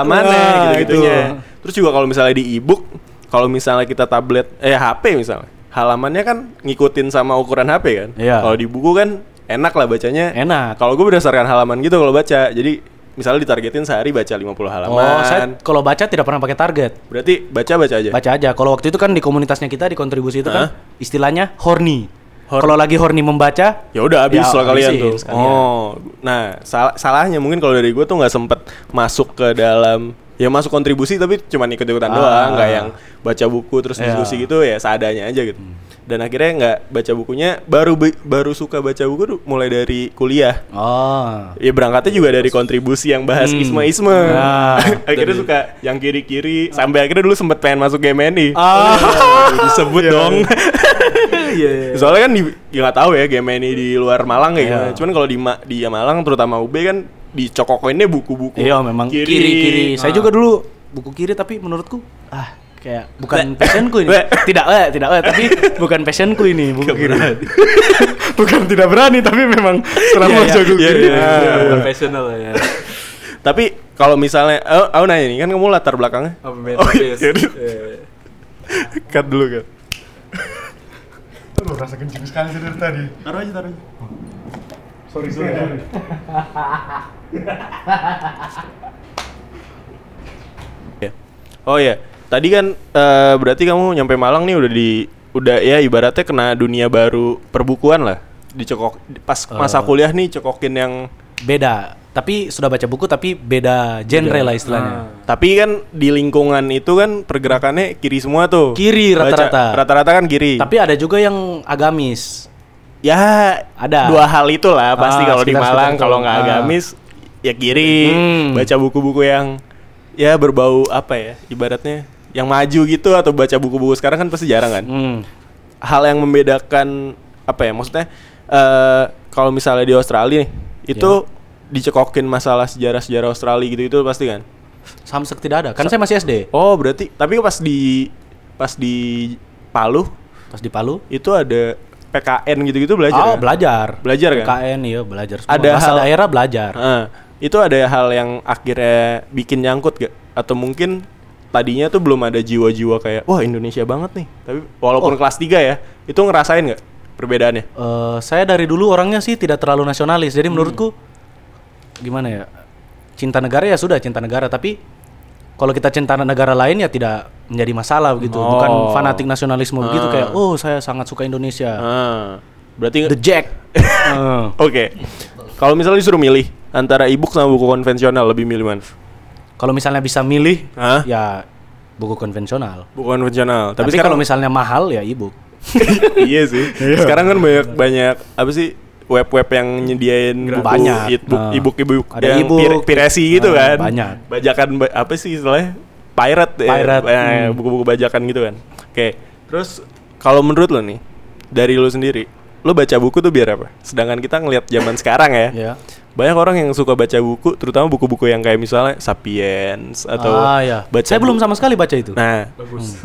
halamannya gitu-gitunya. Terus juga kalau misalnya di e-book, kalau misalnya kita HP misalnya. halamannya kan ngikutin sama ukuran HP kan. Iya. Kalau di buku kan enak lah bacanya. Enak. Kalau gue berdasarkan halaman gitu kalau baca. Jadi misalnya ditargetin sehari baca 50 halaman. Oh, saya kalau baca tidak pernah pakai target. Berarti baca aja. Baca aja. Kalau waktu itu kan di komunitasnya kita di kontribusi itu kan istilahnya horny. Kalau lagi horny membaca, ya udah habis lah kalian tuh. sekalian. Oh, nah salahnya mungkin kalau dari gue tuh nggak sempet masuk ke dalam, ya masuk kontribusi tapi cuma ikut-ikutan doang, nggak yang baca buku terus diskusi gitu ya seadanya aja gitu. Dan akhirnya nggak baca bukunya, baru suka baca buku tuh mulai dari kuliah. Oh. Ya berangkatnya juga dari kontribusi yang bahas isme-isme. Akhirnya suka yang kiri-kiri sampai akhirnya dulu sempet pengen masuk GMNI. Disebut dong. Soalnya kan ya nggak tahu ya GMNI di luar Malang kayak gimana. Cuman kalau di Malang terutama UB kan dicokokinnya buku-buku. Iya memang kiri-kiri. Saya juga dulu buku kiri tapi menurutku kayak bukan passionku ini. Tidak, tapi bukan passionku ini buku kiri. Bukan tidak berani tapi memang selama jago kiri. Bukan passional ya. Tapi kalau misalnya aku nanya nih, kan kamu latar belakangnya cut dulu kan. Lu rasa kencing sekali sih dari tadi. Taruh aja. Sorry. Oh ya, tadi kan berarti kamu nyampe Malang nih udah ya ibaratnya kena dunia baru perbukuan lah. Dicokok pas masa kuliah nih cokokin yang beda. Tapi sudah baca buku tapi beda genre lah istilahnya. Tapi kan di lingkungan itu kan pergerakannya kiri semua tuh. Kiri rata-rata. Rata-rata kan kiri. Tapi ada juga yang agamis. Ya ada. Dua hal itulah pasti kalau di Malang, sekitar kalau nggak agamis ya kiri. Baca buku-buku yang ya berbau apa ya, ibaratnya yang maju gitu, atau baca buku-buku sekarang kan pasti jarang kan. Hal yang membedakan apa ya, maksudnya kalau misalnya di Australia nih itu dicekokin masalah sejarah Australia gitu itu pasti kan. Samsek tidak ada, kan saya masih SD. Oh berarti, tapi pas di Palu. Pas di Palu itu ada PKN gitu-gitu belajar. Belajar kan? PKN iya belajar semua. Ada bahasa daerah belajar. Itu ada hal yang akhirnya bikin nyangkut gak? Atau mungkin tadinya tuh belum ada jiwa-jiwa kayak wah Indonesia banget nih. Tapi walaupun kelas 3 ya, itu ngerasain gak perbedaannya? Saya dari dulu orangnya sih tidak terlalu nasionalis. Jadi menurutku gimana ya? Cinta negara ya sudah cinta negara, tapi kalau kita cinta negara lain ya tidak menjadi masalah begitu. Bukan fanatik nasionalisme begitu kayak saya sangat suka Indonesia. Berarti The Jack. Oke. Kalau misalnya disuruh milih antara e-book sama buku konvensional, lebih milih mana? Kalau misalnya bisa milih, ya buku konvensional. Buku konvensional. Tapi kalau misalnya mahal ya e-book. Iya sih. Sekarang kan banyak apa sih web-web yang nyediain buku, banyak. e-book Ada yang e-book, pirasi gitu kan. Banyak. Bajakan apa sih istilahnya? Pirate. Buku-buku bajakan gitu kan. Oke. Terus kalau menurut lo nih, dari lo sendiri, lo baca buku tuh biar apa? Sedangkan kita ngelihat zaman sekarang ya. Banyak orang yang suka baca buku, terutama buku-buku yang kayak misalnya Sapiens atau baca. Saya belum sama sekali baca itu. Nah, bagus.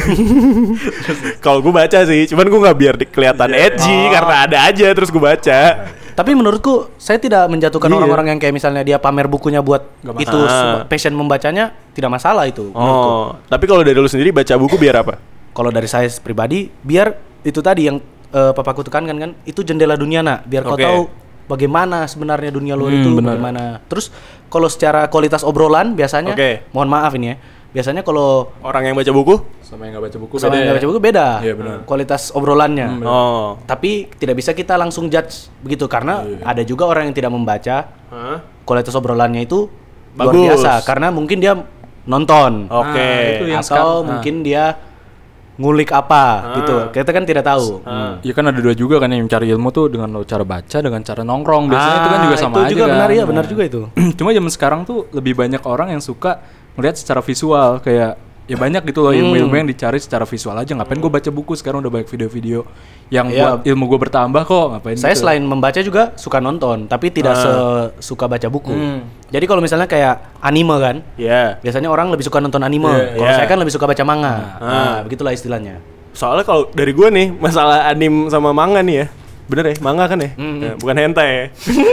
Kalau gue baca sih, cuman gue nggak biar kelihatan edgy karena ada aja terus gue baca. Tapi menurutku saya tidak menjatuhkan orang-orang yang kayak misalnya dia pamer bukunya buat itu passion membacanya, tidak masalah itu. Tapi kalau dari lu sendiri baca buku biar apa? Kalau dari saya pribadi, biar itu tadi yang papaku tekankan kan, itu jendela dunia nak, biar kau tahu bagaimana sebenarnya dunia luar itu bagaimana. Terus kalau secara kualitas obrolan biasanya, mohon maaf ini ya, biasanya kalau orang yang baca buku sama yang nggak baca buku sama beda. Yang nggak baca buku beda. Iya, benar. Kualitas obrolannya. Tapi tidak bisa kita langsung judge begitu karena ada juga orang yang tidak membaca. Kualitas obrolannya itu luar biasa karena mungkin dia nonton. Itu yang atau mungkin dia ngulik apa gitu. Kita kan tidak tahu. Iya kan ada dua juga kan yang cari ilmu tuh dengan cara baca, dengan cara nongkrong. Biasanya itu kan juga sama aja. Itu juga benar ya, benar juga itu. Cuma zaman sekarang tuh lebih banyak orang yang suka melihat secara visual, kayak ya banyak gitu loh ilmu-ilmu yang dicari secara visual aja. Ngapain gue baca buku, sekarang udah banyak video-video yang buat ilmu gue bertambah kok. Ngapain saya gitu. Selain membaca juga suka nonton, tapi tidak suka baca buku. Jadi kalau misalnya kayak anime kan, biasanya orang lebih suka nonton anime. Kalau saya kan lebih suka baca manga. Begitulah istilahnya. Soalnya kalau dari gue nih masalah anime sama manga nih ya, bener ya, manga kan ya, bukan hentai ya.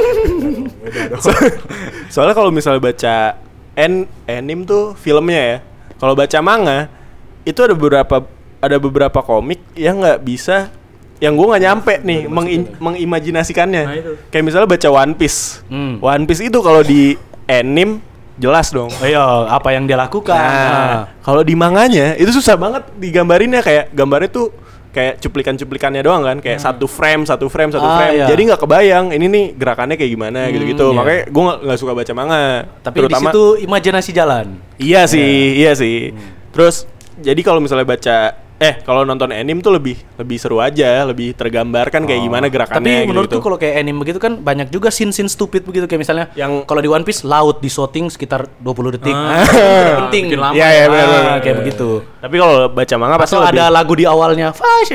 Soalnya kalau misalnya baca anime tuh filmnya ya. Kalau baca manga itu ada beberapa ada beberapa komik yang nggak bisa, yang gue nggak nyampe nih mengimajinasikannya. Nah, itu. Kayak misalnya baca One Piece. One Piece itu kalau di anime jelas dong. Iya, apa yang dia lakukan. Nah, kalau di manganya itu susah banget digambarinnya, kayak gambarnya tuh kayak cuplikan-cuplikannya doang kan, kayak satu frame. Iya. Jadi nggak kebayang ini nih gerakannya kayak gimana gitu-gitu. Iya. Makanya gue nggak suka baca manga. Tapi di situ imajinasi jalan. Iya sih. Terus jadi kalau misalnya kalau nonton anime tuh lebih seru aja, lebih tergambarkan kayak gimana gerakannya. Tapi menurutku gitu. kalau kayak anime begitu kan banyak juga scene stupid begitu, kayak misalnya Yang- kalau di One Piece laut di shooting sekitar 20 detik. Penting. bikin lama. Iya, benar. Kayak begitu. Tapi kalau baca manga pasti Atau lebih ada lagu di awalnya.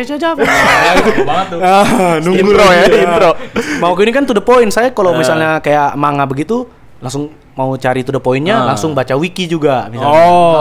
banget tuh. intro ya, intro. Mau gini kan to the point. Saya kalau misalnya kayak manga begitu langsung mau cari to the point-nya, langsung baca wiki juga misalnya.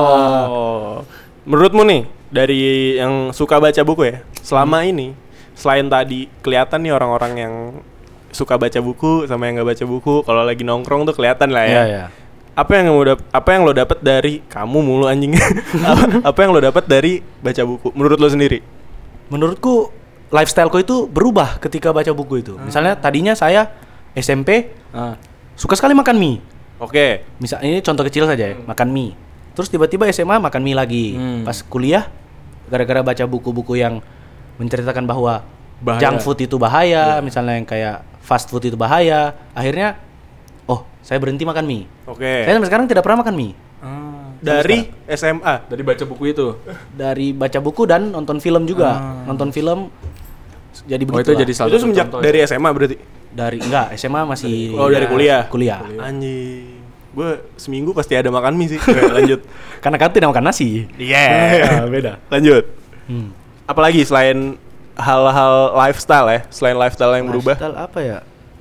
Menurutmu nih, dari yang suka baca buku ya, selama ini selain tadi kelihatan nih orang-orang yang suka baca buku sama yang nggak baca buku, kalau lagi nongkrong tuh kelihatan lah ya. Iya. Apa yang lo dapat dari kamu mulu anjing? Apa yang lo dapat dari baca buku? Menurut lo sendiri? Menurutku lifestyleku itu berubah ketika baca buku itu. Misalnya tadinya saya SMP suka sekali makan mie. Oke. Misal ini contoh kecil saja ya, makan mie. Terus tiba-tiba SMA makan mie lagi. Pas kuliah gara-gara baca buku-buku yang menceritakan bahwa Bahaya. junk food itu bahaya, misalnya yang kayak fast food itu bahaya, akhirnya saya berhenti makan mie. Oke. Saya sampai sekarang tidak pernah makan mie. Dari SMA. Dari baca buku itu. Dari baca buku dan nonton film juga. Nonton film jadi begitu. Itu jadi salah Itu satu semenjak contoh dari SMA berarti? dari enggak, SMA masih Dari kuliah. Kuliah. Anjing. Gue seminggu pasti ada makan mie sih. Oke, lanjut. Karena kan tidak makan nasi. Iya. Beda. Lanjut. Apalagi selain hal-hal lifestyle ya, selain lifestyle yang berubah, Lifestyle apa ya?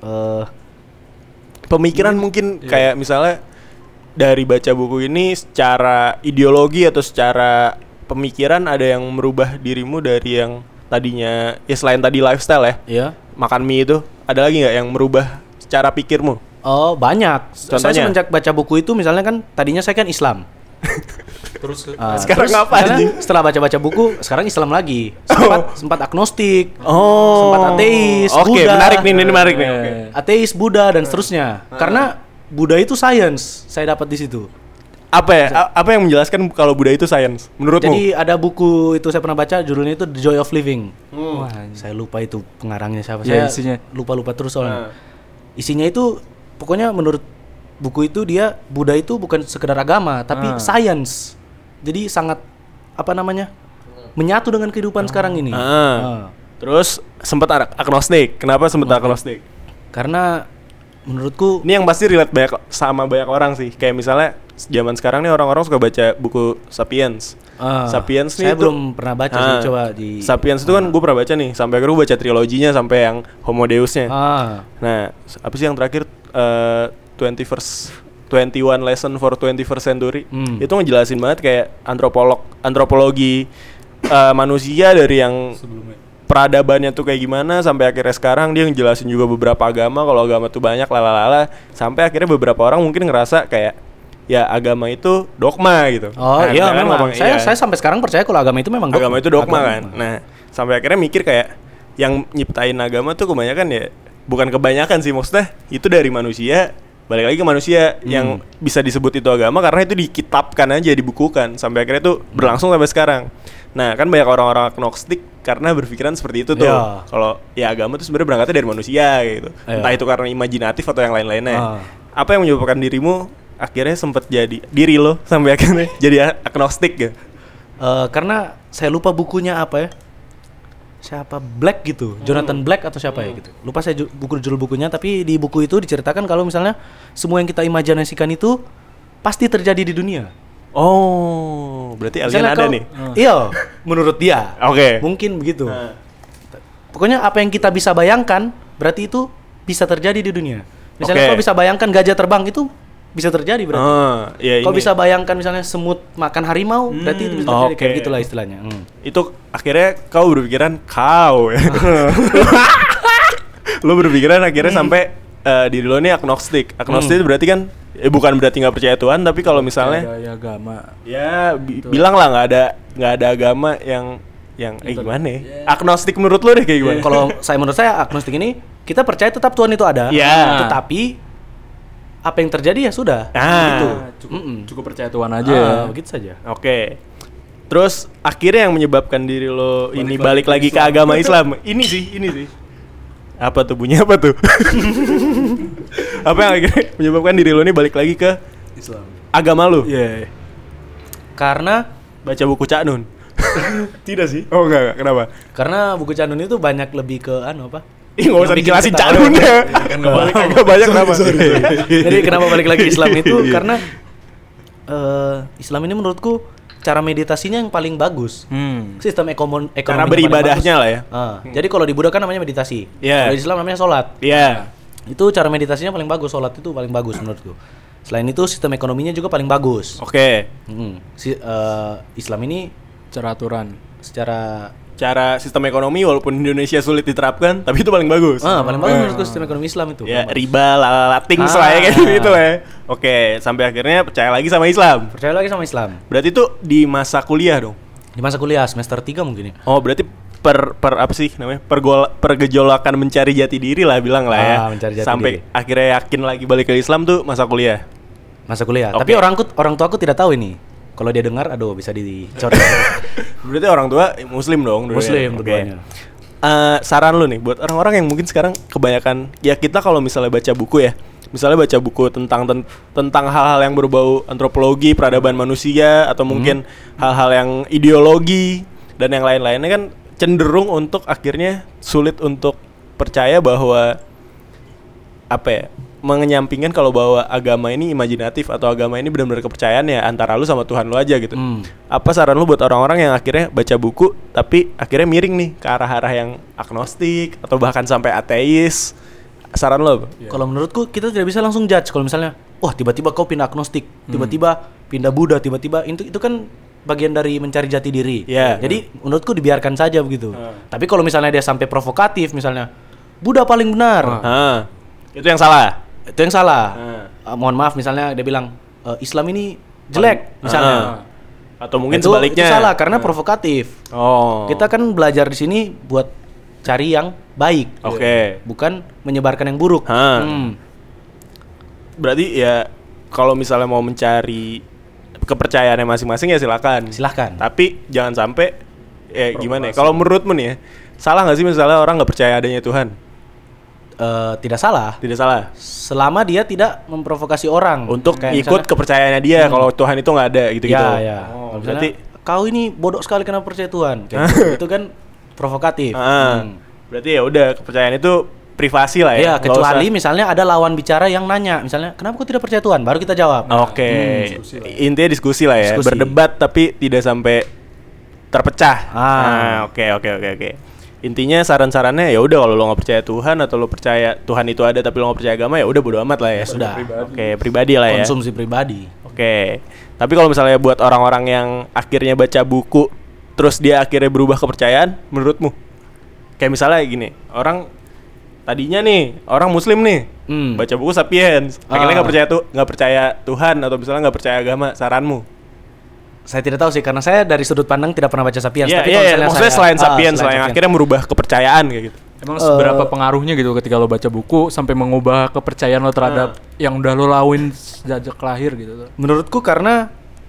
pemikiran mungkin kayak misalnya dari baca buku ini secara ideologi atau secara pemikiran ada yang merubah dirimu dari yang tadinya ya selain tadi lifestyle ya, Iya. makan mie itu, ada lagi nggak yang merubah secara pikirmu? Oh, banyak. Saya Contohnya? semenjak baca buku itu misalnya kan tadinya saya kan Islam. Terus Sekarang terus apa, misalnya anjing? setelah baca-baca buku, sekarang Islam lagi. Sempat agnostik. Oh, Sempat ateis, Oke, Buddha. menarik nih, ini menarik nih. Oke. Ateis, Buddha dan seterusnya. Karena Buddha itu science, saya dapat di situ. Apa ya? Apa yang menjelaskan kalau Buddha itu sains? Menurutmu? Jadi ada buku itu saya pernah baca, judulnya itu The Joy of Living. Wah, saya lupa itu pengarangnya siapa. Ya, Saya isinya. lupa terus soalnya. Isinya itu pokoknya menurut buku itu dia Buddha itu bukan sekedar agama, tapi science. Jadi sangat menyatu dengan kehidupan sekarang ini. Terus sempat agnostik. Kenapa sempat agnostik? Karena menurutku Ini yang pasti relate sama banyak orang sih. Kayak misalnya zaman sekarang nih orang-orang suka baca buku Sapiens. Sapiens nih saya belum pernah baca sih, coba di Sapiens itu kan gue pernah baca nih. Sampai akhirnya gue baca triloginya sampai yang Homo Deusnya. Nah, apa sih yang terakhir 21 Lesson for 21st Century. Itu ngejelasin banget kayak antropologi manusia dari yang peradabannya tuh kayak gimana sampai akhirnya sekarang. Dia ngejelasin juga beberapa agama, kalau agama tuh banyak lalalala, sampai akhirnya beberapa orang mungkin ngerasa kayak ya agama itu dogma gitu. Iya Kan memang. ngomong, Saya iya. sampai sekarang percaya kalau agama itu memang Agama itu dogma Agama. kan. Nah, sampai akhirnya mikir kayak yang nyiptain agama tuh kebanyakan ya, bukan kebanyakan sih, maksudnya itu dari manusia balik lagi ke manusia yang bisa disebut itu agama karena itu dikitabkan aja, dibukukan sampai akhirnya itu berlangsung sampai sekarang. Nah, kan banyak orang-orang agnostik karena berpikiran seperti itu tuh. Iya. Kalau ya agama tuh sebenarnya berangkatnya dari manusia gitu. Iya. Entah itu karena imajinatif atau yang lain-lainnya. Apa yang menyebabkan dirimu akhirnya sempat jadi diri lo sampai akhirnya jadi agnostik gitu? Karena saya lupa bukunya apa ya. Siapa Black gitu, Jonathan Black atau siapa ya gitu. Lupa saya judul bukunya, tapi di buku itu diceritakan kalau misalnya semua yang kita imajinasikan itu pasti terjadi di dunia. Oh, berarti alien Misalnya ada kau- nih. Iya, menurut dia. Oke. Mungkin begitu. Pokoknya apa yang kita bisa bayangkan berarti itu bisa terjadi di dunia. Misalnya Oke. kau bisa bayangkan gajah terbang itu bisa terjadi berarti. Ya Kau ini. bisa bayangkan misalnya semut makan harimau, berarti itu bisa terjadi. Kayak Oke. gitulah istilahnya. Itu akhirnya kau berpikiran ya. Lo berpikiran akhirnya sampai diri lo ini agnostik. Agnostik itu berarti kan bukan berarti nggak percaya Tuhan, tapi kalau misalnya ada agama. ya bilang lah nggak ada agama yang yang gimana ya? Agnostik menurut lu deh kayak gimana? Kalau menurut saya agnostik ini kita percaya tetap Tuhan itu ada, Iya. tetapi apa yang terjadi ya sudah. Gitu. Cukup percaya Tuhan aja ya. Begitu saja. Oke. Terus akhirnya yang menyebabkan diri lo balik lagi ke agama Islam. Ini sih. Apa tuh bunyi apa tuh? Apa yang akhirnya menyebabkan diri lo ini balik lagi ke Islam. agama lo? Iya. Karena Baca buku Cak Nun. Tidak sih. Oh enggak, kenapa? Karena buku Cak Nun itu banyak lebih ke apa? Ih, enggak usah Yang bikin dijelasin kita Cak tahu. Nun ya. Kan nggak Balik agak banyak kenapa? Jadi kenapa balik lagi Islam itu Iya. karena Islam ini menurutku cara meditasinya yang paling bagus. Sistem ekonomi Cara beribadahnya lah ya. Jadi kalau di Buddha kan namanya meditasi. Iya. Kalau di Islam namanya sholat. Iya. Itu cara meditasinya paling bagus, sholat itu paling bagus menurutku. Selain itu sistem ekonominya juga paling bagus. Oke. Islam ini Cara aturan. secara Cara sistem ekonomi walaupun di Indonesia sulit diterapkan, tapi itu paling bagus. paling bagus menurutku sistem ekonomi Islam itu. Ya, paling bagus. riba, things lah ya kayak gitu lah ya. Oke, sampai akhirnya percaya lagi sama Islam. Percaya lagi sama Islam. Berarti itu di masa kuliah dong. Di masa kuliah semester 3 mungkin ya. Oh, berarti per apa sih namanya? Pergejolakan mencari jati diri lah bilang lah ya. Mencari jati sampai diri. akhirnya yakin lagi balik ke Islam tuh masa kuliah. Masa kuliah. Oke. Tapi orang tua aku tidak tahu ini. Kalau dia dengar, aduh bisa dicoret. Berarti orang tua muslim dong dulu. Muslim Oke. keduanya. Saran lu nih buat orang-orang yang mungkin sekarang kebanyakan ya kita kalau misalnya baca buku ya. Misalnya baca buku tentang hal-hal yang berbau antropologi, peradaban manusia atau mungkin hal-hal yang ideologi dan yang lain-lainnya kan cenderung untuk akhirnya sulit untuk percaya bahwa apa ya? Menyampingkan kalau bahwa agama ini imajinatif atau agama ini benar-benar kepercayaan ya antara lu sama Tuhan lu aja gitu. Apa saran lu buat orang-orang yang akhirnya baca buku tapi akhirnya miring nih ke arah-arah yang agnostik atau bahkan sampai ateis? Saran lu apa? Kalau menurutku kita tidak bisa langsung judge kalau misalnya, wah tiba-tiba kau pindah agnostik, tiba-tiba pindah Buddha, tiba-tiba itu kan bagian dari mencari jati diri. Iya. Jadi menurutku dibiarkan saja begitu. Tapi kalau misalnya dia sampai provokatif misalnya, Buddha paling benar. Itu yang salah. Itu yang salah. Mohon maaf misalnya dia bilang Islam ini jelek misalnya. Atau mungkin itu sebaliknya. Itu salah karena provokatif. Oh. Kita kan belajar di sini buat cari yang baik. Oke. Bukan menyebarkan yang buruk. Berarti ya kalau misalnya mau mencari kepercayaannya masing-masing ya silakan. Silahkan. Tapi jangan sampai gimana ya? Kalau menurutmu nih ya, salah nggak sih misalnya orang nggak percaya adanya Tuhan? Tidak salah. Tidak salah. Selama dia tidak memprovokasi orang Untuk Kayak ikut misalnya, kepercayaannya dia kalau Tuhan itu nggak ada gitu-gitu. Ya. Oh, Misalnya, berarti kau ini bodoh sekali kenapa percaya Tuhan. Kayak gitu. Itu kan provokatif. berarti ya udah kepercayaan itu privasi lah ya. Iya, Nggak kecuali usah- misalnya ada lawan bicara yang nanya, misalnya kenapa kau tidak percaya Tuhan? Baru kita jawab. Oke. Intinya diskusi lah ya. Diskusi. Berdebat tapi tidak sampai terpecah. Oke. Intinya saran-sarannya ya udah kalau lo nggak percaya Tuhan atau lo percaya Tuhan itu ada tapi lo nggak percaya agama ya udah bodo amat lah ya. Sudah. Oke, pribadi lah ya. Konsumsi pribadi. Oke. Tapi kalau misalnya buat orang-orang yang akhirnya baca buku terus dia akhirnya berubah kepercayaan menurutmu? Kayak misalnya gini, orang tadinya nih orang muslim nih baca buku Sapiens akhirnya nggak percaya Tuhan atau misalnya nggak percaya agama, saranmu? Saya tidak tahu sih karena saya dari sudut pandang tidak pernah baca Sapiens. Iya, Tapi kalau misalnya maksudnya saya- selain Sapiens selain lah yang Sapiens. akhirnya merubah kepercayaan kayak gitu. Emang seberapa pengaruhnya gitu ketika lo baca buku sampai mengubah kepercayaan lo terhadap yang udah lo lawin sejak lahir gitu tuh? Menurutku karena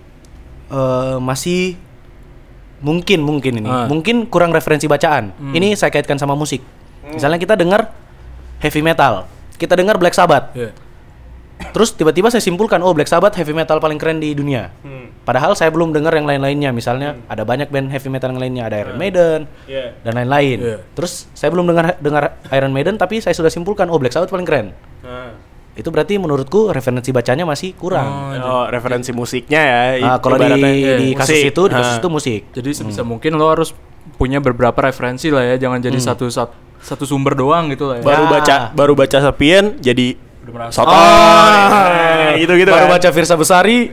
masih mungkin ini mungkin kurang referensi bacaan. Ini saya kaitkan sama musik. Misalnya kita dengar heavy metal, kita dengar Black Sabbath. Terus tiba-tiba saya simpulkan, oh Black Sabbath heavy metal paling keren di dunia. Padahal saya belum dengar yang lain-lainnya. Misalnya ada banyak band heavy metal yang lainnya, ada Iron Maiden dan lain-lain. Terus saya belum dengar Iron Maiden, tapi saya sudah simpulkan, oh Black Sabbath paling keren. Itu berarti menurutku referensi bacanya masih kurang. Referensi musiknya ya. Kalau di kasus musik. itu, di kasus itu musik. Jadi sebisa mungkin lo harus punya beberapa referensi lah ya, jangan jadi satu sumber doang gitu lah ya. Baru baca Sapiens jadi sotoy. Gitu-gitu Baru kan. baca Firsa Besari.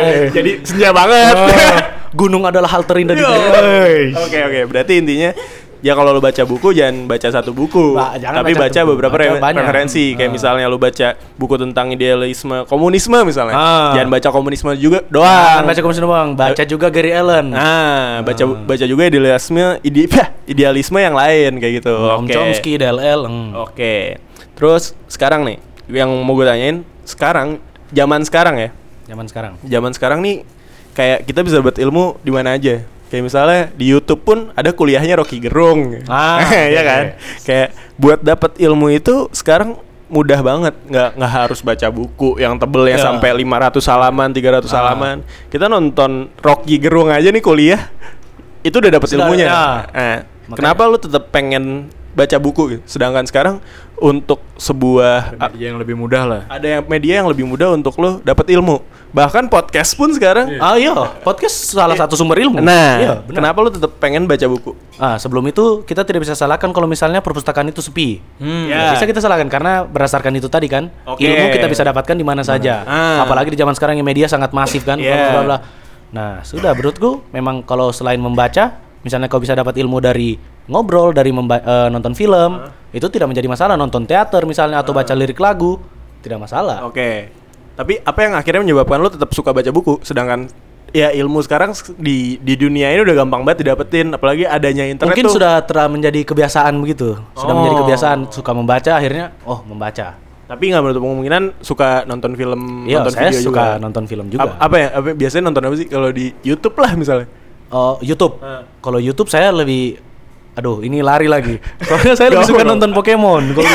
Jadi senja banget. Gunung adalah hal terindah di Oke, berarti intinya ya kalau lu baca buku jangan baca satu buku, Jangan tapi baca buku. beberapa Baca banyak. referensi. Kayak misalnya lu baca buku tentang idealisme komunisme misalnya, jangan baca komunisme juga Jangan doang. baca komunisme doang, baca juga Gary Allen. Baca juga idealisme yang lain kayak gitu. Noam Chomsky, DLL. Oke. Terus sekarang nih, yang mau gue tanyain, zaman sekarang nih, kayak kita bisa dapat ilmu di mana aja. Kayak misalnya di YouTube pun ada kuliahnya Rocky Gerung. Ya kan? Kayak buat dapat ilmu itu sekarang mudah banget, nggak harus baca buku yang tebelnya sampai 500 halaman, 300 halaman. Kita nonton Rocky Gerung aja nih kuliah, itu udah dapat ilmunya. Kenapa lu tetap pengen baca buku gitu? Sedangkan sekarang untuk sebuah media yang lebih mudah lah. ada media yang lebih mudah untuk lo dapat ilmu. Bahkan podcast pun sekarang. Iya, podcast salah satu sumber ilmu. Nah, Iya, benar. kenapa lo tetap pengen baca buku? Sebelum itu kita tidak bisa salahkan kalau misalnya perpustakaan itu sepi. Ya. Bisa kita salahkan karena berdasarkan itu tadi kan, Oke. ilmu kita bisa dapatkan di mana saja. Apalagi di zaman sekarang yang media sangat masif kan. Yeah. Bla, bla, bla. Nah, sudah menurutku memang kalau selain membaca, misalnya kau bisa dapat ilmu dari ngobrol, dari nonton film, itu tidak menjadi masalah. Nonton teater misalnya atau baca lirik lagu, tidak masalah. Oke. Tapi apa yang akhirnya menyebabkan lo tetap suka baca buku? Sedangkan ya ilmu sekarang di dunia ini udah gampang banget didapetin, apalagi adanya internet. Mungkin tuh. sudah menjadi kebiasaan begitu. Sudah menjadi kebiasaan suka membaca, akhirnya membaca. Tapi nggak menutup kemungkinan suka nonton film, Iya, nonton saya video suka juga. nonton film juga. Apa biasanya nonton apa sih kalau di YouTube lah misalnya? YouTube. Kalau YouTube saya lebih ini lari lagi. Soalnya saya lebih suka nonton Pokemon. Kalau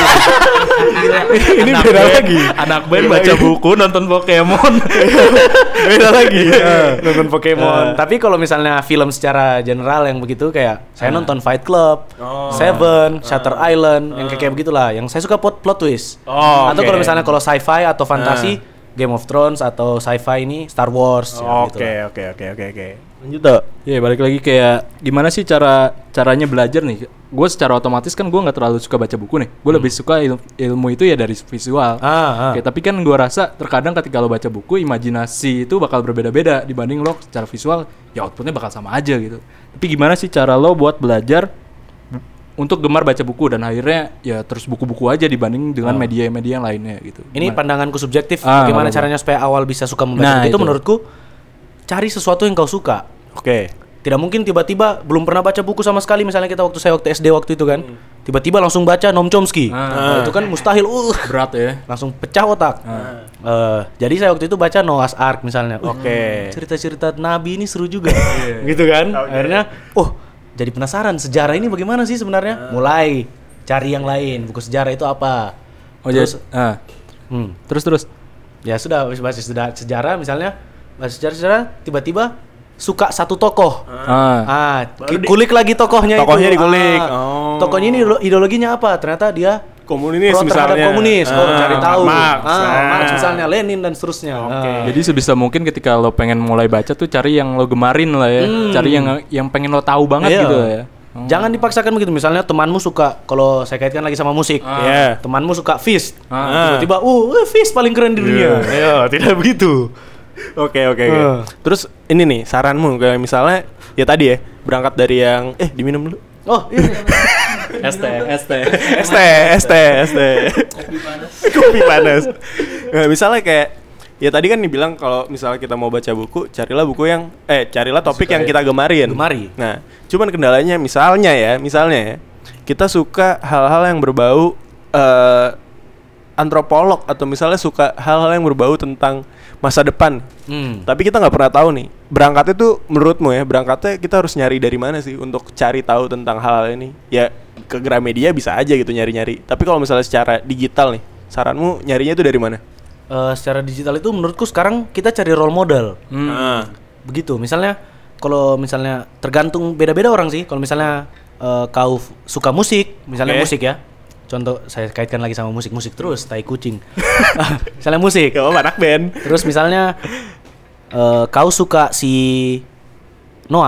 Ini beda lagi. Anak band baca buku nonton Pokemon. Beda lagi. nonton Pokemon. Tapi kalau misalnya film secara general yang begitu kayak saya nonton Fight Club, Seven, Shutter Island, yang kayak begitulah. Yang saya suka plot twist. Atau kalau misalnya kalau sci-fi atau fantasi, Game of Thrones atau sci-fi ini Star Wars. Oke. Lanjut tuh. Ya balik lagi kayak gimana sih caranya belajar nih? Gue secara otomatis kan gue nggak terlalu suka baca buku nih. Gue lebih suka ilmu itu ya dari visual. Kayak, tapi kan gue rasa terkadang ketika lo baca buku, imajinasi itu bakal berbeda-beda dibanding lo secara visual. Ya outputnya bakal sama aja gitu. Tapi gimana sih cara lo buat belajar untuk gemar baca buku dan akhirnya ya terus buku-buku aja dibanding dengan media-media yang lainnya gitu. Ini pandanganku subjektif. Bagaimana caranya supaya awal bisa suka membaca buku itu menurutku cari sesuatu yang kau suka. Oke. Tidak mungkin tiba-tiba belum pernah baca buku sama sekali. Misalnya saya waktu SD waktu itu kan, tiba-tiba langsung baca Noam Chomsky. Itu kan mustahil. Berat ya. Langsung pecah otak. Jadi saya waktu itu baca Noah's Ark misalnya. Oke. Cerita-cerita Nabi ini seru juga. Gitu kan. Akhirnya, jadi penasaran sejarah ini bagaimana sih sebenarnya. Mulai cari yang lain. Buku sejarah itu apa. Terus. Ya sudah, bahas sejarah misalnya. Bahas sejarah tiba-tiba suka satu tokoh. Kulik lagi tokohnya dikulik. Tokohnya ini ideologinya apa? Ternyata dia komunis pro terhadap misalnya. komunis. Cari tahu. Marx Misalnya Lenin dan seterusnya. Jadi sebisa mungkin ketika lo pengen mulai baca tuh cari yang lo gemarin lah ya. Cari yang pengen lo tahu banget gitu lah ya. Jangan dipaksakan begitu. Misalnya temanmu suka, kalau saya kaitkan lagi sama musik, temanmu suka Fish. Tiba-tiba, Fish paling keren di dunia. Tidak begitu. Oke. Terus ini nih saranmu kayak misalnya ya tadi ya berangkat dari yang diminum dulu. ST. Kopi panas. Nah, misalnya kayak ya tadi kan dibilang kalau misalnya kita mau baca buku, carilah buku yang carilah topik yang kita gemarin. Nah, cuman kendalanya misalnya ya, kita suka hal-hal yang berbau antropolog atau misalnya suka hal-hal yang berbau tentang masa depan. Tapi kita nggak pernah tahu nih. Berangkatnya tuh menurutmu ya, berangkatnya kita harus nyari dari mana sih untuk cari tahu tentang hal ini? Ya ke Gramedia bisa aja gitu nyari-nyari. Tapi kalau misalnya secara digital nih, saranmu nyarinya itu dari mana? Secara digital itu menurutku sekarang kita cari role model. Begitu. Misalnya kalau misalnya tergantung beda-beda orang sih. Kalau misalnya kau suka musik, misalnya musik ya. Contoh saya kaitkan lagi sama musik terus, tai kucing. Misalnya musik. Anak band. Terus misalnya kau suka si Noah.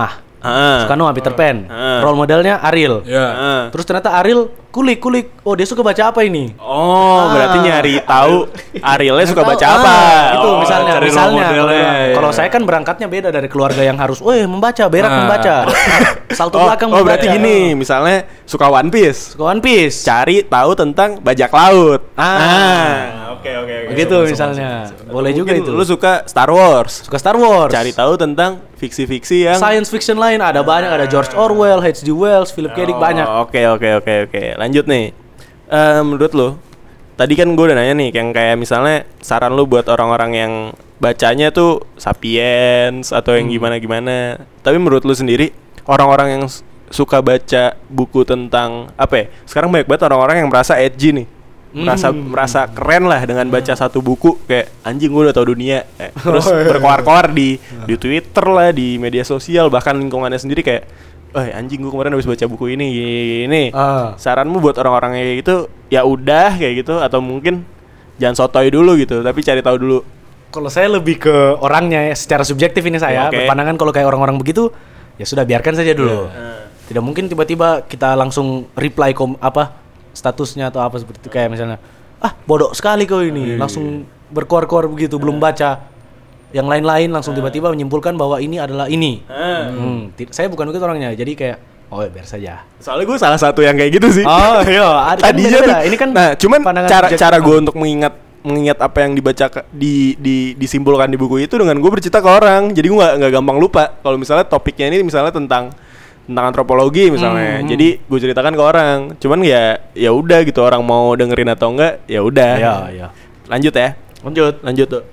Ah. Suka Noah, Peter Pan. Ah. Role modelnya Ariel. Ya. Terus ternyata Ariel kulik. Oh, dia suka baca apa ini? Oh, berarti nyari tahu Arielnya suka baca apa. Itu Oh, misalnya. cari role modelnya. Kalau saya kan berangkatnya beda dari keluarga yang harus, membaca, berak membaca. Salto belakang Oh, membaca. berarti gini, misalnya suka One Piece. Suka One Piece. Cari tahu tentang bajak laut. Oke. Begitu misalnya. Boleh juga Mungkin itu. lu suka Star Wars. Suka Star Wars. Cari tahu tentang fiksi-fiksi yang Science fiction lain ada banyak, ada George Orwell, H.G. Wells, Philip K. Dick banyak. Oke. Lanjut nih. Menurut lu, tadi kan gue udah nanya nih, kayak misalnya saran lu buat orang-orang yang bacanya tuh Sapiens atau yang gimana-gimana. Tapi menurut lu sendiri, orang-orang yang suka baca buku tentang apa ya? Sekarang banyak banget orang-orang yang merasa edgy nih. Merasa keren lah dengan baca satu buku, kayak anjing gue udah tahu dunia. Terus berkoar-koar di Twitter lah, di media sosial, bahkan lingkungannya sendiri kayak, anjing gue kemarin habis baca buku ini. Saranmu buat orang-orang kayak gitu, ya udah kayak gitu, atau mungkin jangan sotoy dulu gitu, tapi cari tahu dulu. Kalau saya lebih ke orangnya ya, secara subjektif ini saya berpandangan kalau kayak orang-orang begitu, ya sudah biarkan saja dulu. Tidak mungkin tiba-tiba kita langsung reply statusnya atau apa seperti itu, kayak misalnya bodoh sekali kau ini, langsung berkoar-koar begitu, belum baca yang lain-lain langsung tiba-tiba menyimpulkan bahwa ini adalah ini. Saya bukan begitu orangnya, jadi kayak biar saja. Soalnya gue salah satu yang kayak gitu sih. Oh iya, tadinya tuh. Ini kan cuman pandangan cara gue untuk mengingat apa yang dibaca disimpulkan di buku itu dengan gue bercerita ke orang. Jadi gue nggak gampang lupa. Kalau misalnya topiknya ini misalnya tentang antropologi misalnya. Jadi gue ceritakan ke orang. Cuman ya udah gitu, orang mau dengerin atau enggak ya udah. Iya. Lanjut tuh.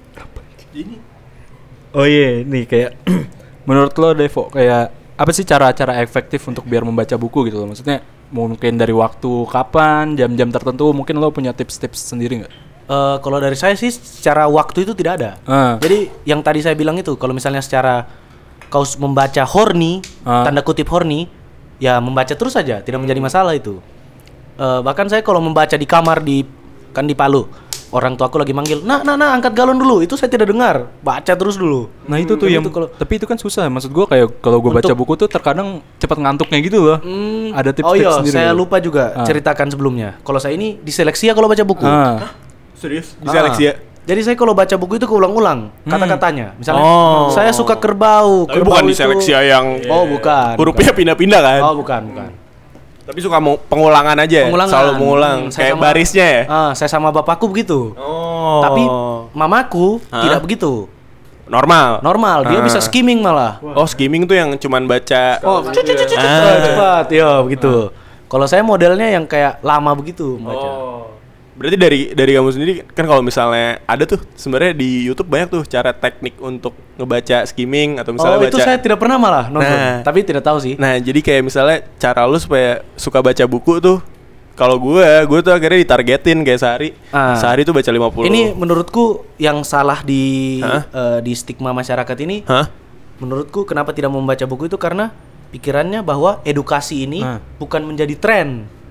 Oh iya, nih kayak menurut lo Devo, kayak apa sih cara-cara efektif untuk biar membaca buku gitu loh? Maksudnya mungkin dari waktu kapan, jam-jam tertentu, mungkin lo punya tips-tips sendiri nggak? Kalau dari saya sih secara waktu itu tidak ada. Jadi yang tadi saya bilang itu, kalau misalnya secara kau membaca horny, tanda kutip horny, ya membaca terus saja, tidak menjadi masalah itu. Bahkan saya kalau membaca di kamar di Palu, orang tua aku lagi manggil, nah angkat galon dulu, itu saya tidak dengar, baca terus dulu. Nah itu tuh yang tapi itu kan susah. Maksud gue kayak kalau gue baca buku tuh terkadang cepat ngantuknya gitu loh. Ada tips-tips sendiri. Saya lupa juga ceritakan sebelumnya. Kalau saya ini diseleksi ya kalau baca buku. Serius? Diseleksi ya? Jadi saya kalau baca buku itu keulang-ulang kata-katanya. Misalnya saya suka kerbau. Tapi bukan diseleksi yang bukan. Hurufnya pindah-pindah kan? Bukan. Tapi suka mau pengulangan aja. Selalu mengulang kayak barisnya ya? Saya sama bapakku begitu. Tapi mamaku tidak begitu. Normal. Dia bisa skimming malah. Skimming tuh yang cuman baca cepat. Ya begitu. Kalau saya modelnya yang kayak lama begitu baca. Berarti dari kamu sendiri kan, kalau misalnya ada tuh sebenarnya di YouTube banyak tuh cara teknik untuk ngebaca skimming atau misalnya baca. Itu saya tidak pernah malah nonton, tapi tidak tahu sih. Nah, jadi kayak misalnya cara lu supaya suka baca buku tuh, kalau gue tuh akhirnya ditargetin kayak sehari tuh baca 50. Ini menurutku yang salah di stigma masyarakat ini. Menurutku kenapa tidak membaca buku itu karena pikirannya bahwa edukasi ini bukan menjadi tren.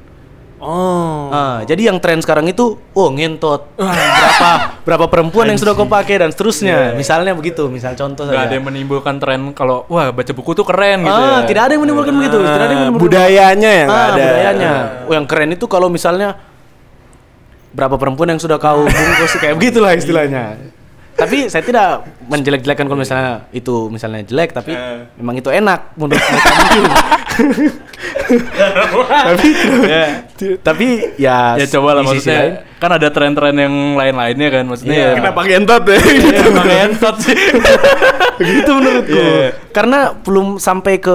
Jadi yang tren sekarang itu ngentot. Berapa perempuan yang sudah kau pakai dan seterusnya. Misalnya begitu, misal contoh saja. Gak ada yang menimbulkan tren kalau baca buku tuh keren gitu ya. Tidak ada yang menimbulkan begitu. Tidak ada yang menimbulkan budayanya yang ada. Budayanya. Yang keren itu kalau misalnya berapa perempuan yang sudah kau bungkus kayak begitulah istilahnya. Tapi saya tidak menjelek-jelekan kalau misalnya itu misalnya jelek, tapi memang itu enak menurut mereka mungkin. tapi ya coba lah, maksudnya kan ada tren-tren yang lain-lainnya kan, maksudnya kenapa ngentot ya? Kenapa ngentot sih? Begitu menurutku. Karena belum sampai ke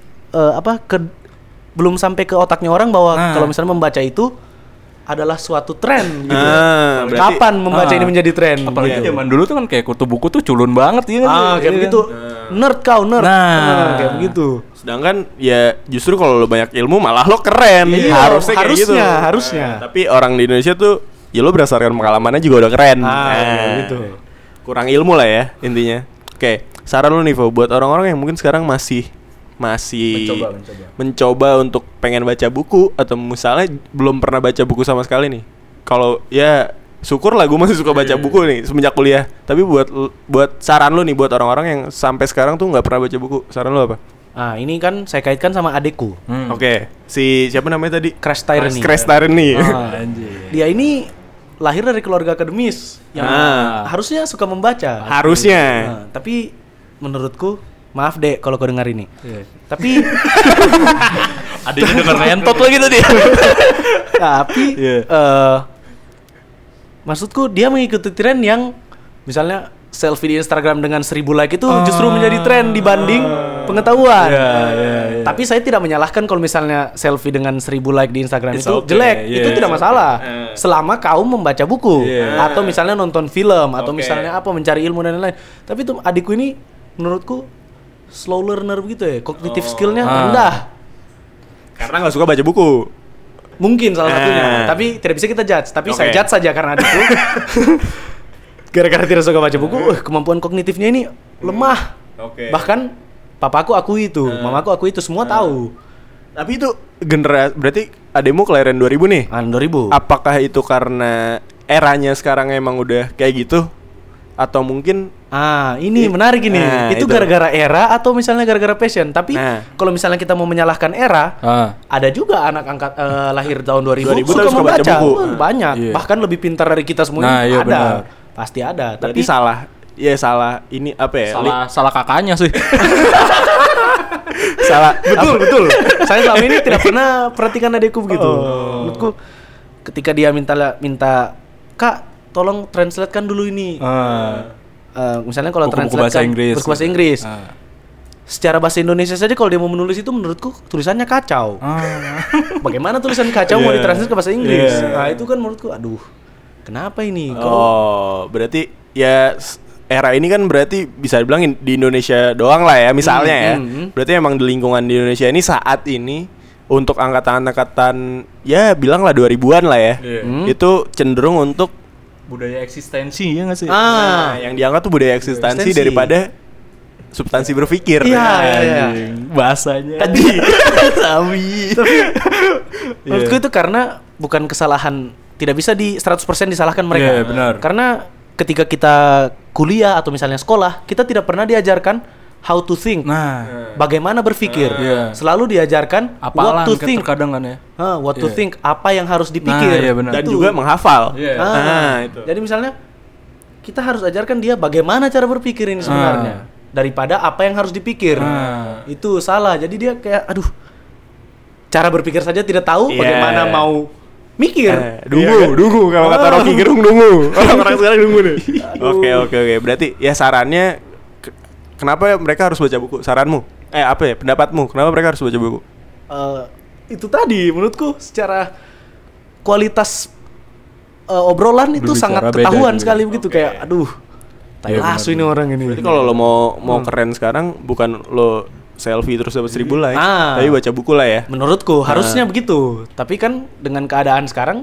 belum sampai ke otaknya orang bahwa kalau misalnya membaca itu adalah suatu tren gitu. Kapan membaca ini menjadi tren? Apalagi zaman dulu tuh kan kayak kutu buku tuh culun banget ya. Kayak begitu. Nerd. Kayak begitu. Sedangkan ya justru kalau lo banyak ilmu malah lo keren. Harusnya kayak gitu. Harusnya. Tapi orang di Indonesia tuh ya lo berdasarkan pengalamannya juga udah keren. Gitu. Kurang ilmu lah ya intinya. Oke, saran lo nih Vo, buat orang-orang yang mungkin sekarang masih mencoba untuk pengen baca buku atau misalnya belum pernah baca buku sama sekali nih. Kalau ya syukurlah gue masih suka baca buku nih semenjak kuliah. Tapi buat saran lu nih buat orang-orang yang sampai sekarang tuh nggak pernah baca buku, saran lu apa? Nah, ini kan saya kaitkan sama adekku. Oke. Si siapa namanya tadi? Crash Tyranny. Crash Tyranny. Anjir. Dia ini lahir dari keluarga akademis yang harusnya suka membaca. Harusnya. Nah, tapi menurutku, maaf Dek kalau kau dengar ini. Tapi Adanya denger nentot lagi tadi. tapi maksudku dia mengikuti tren yang misalnya selfie di Instagram dengan 1000 like itu justru menjadi tren dibanding pengetahuan. Tapi saya tidak menyalahkan kalau misalnya selfie dengan 1000 like di Instagram It's itu okay, jelek, itu tidak masalah. Selama kau membaca buku atau misalnya nonton film atau misalnya apa mencari ilmu dan lain-lain. Tapi itu adikku ini menurutku slow learner begitu ya, cognitive skillnya rendah. Karena nggak suka baca buku. Mungkin salah satunya, tapi tidak bisa kita judge. Tapi saya judge saja karena adikku gara-gara tidak suka baca buku, kemampuan kognitifnya ini lemah. Bahkan papaku akui itu, mamaku akui itu, semua tahu. Tapi itu generasi, berarti ademu kelahiran 2000 nih? 2000. Apakah itu karena eranya sekarang emang udah kayak gitu? Atau mungkin Ini menarik ini. Itu gara-gara era atau misalnya gara-gara passion. Tapi kalau misalnya kita mau menyalahkan era, ada juga anak angkat lahir tahun 2000 suka membaca buku. Banyak. Bahkan lebih pintar dari kita semua. Ada. Benar. Pasti ada. Tapi Tapi salah. Ya salah ini apa ya? Salah kakaknya sih. Salah. betul. Saya selama ini tidak pernah perhatikan adikku begitu. Menurutku ketika dia minta Kak, tolong translatekan dulu ini. Misalnya kalau Buku-buku bahasa Inggris. buku bahasa Inggris. Secara bahasa Indonesia saja kalau dia mau menulis itu menurutku tulisannya kacau. Bagaimana tulisan kacau mau ditranslate ke bahasa Inggris? Nah, itu kan menurutku aduh. Kenapa ini? Berarti ya era ini kan berarti bisa dibilang di Indonesia doang lah ya misalnya ya. Berarti emang di lingkungan di Indonesia ini saat ini untuk angkatan-angkatan ya bilanglah 2000-an lah ya. Itu cenderung untuk Budaya eksistensi ya nggak sih? yang diangkat tuh budaya eksistensi daripada substansi berpikir. Iya. Bahasanya. Tadi. Tapi menurutku itu karena bukan kesalahan, tidak bisa 100% disalahkan mereka. Iya, benar. Karena ketika kita kuliah atau misalnya sekolah, kita tidak pernah diajarkan how to think. Bagaimana berpikir. Selalu diajarkan what to think. Terkadang kan ya. What to think, apa yang harus dipikir. Dan juga menghafal. Itu. Jadi misalnya kita harus ajarkan dia bagaimana cara berpikir ini sebenarnya daripada apa yang harus dipikir. Itu salah. Jadi dia kayak aduh, cara berpikir saja tidak tahu, bagaimana mau mikir. Dungu kalau kata Rocky Gerung dungu. Orang sekarang dungu nih. Oke. Berarti ya sarannya kenapa mereka harus baca buku? Saranmu? Apa ya? Pendapatmu? Kenapa mereka harus baca buku? Itu tadi menurutku secara kualitas obrolan itu sangat ketahuan sekali begitu kayak aduh. Tai lasu ini orang ini. Berarti kalau lo mau keren sekarang bukan lo selfie terus dapat 1000 like, tapi baca buku lah ya. Menurutku harusnya begitu. Tapi kan dengan keadaan sekarang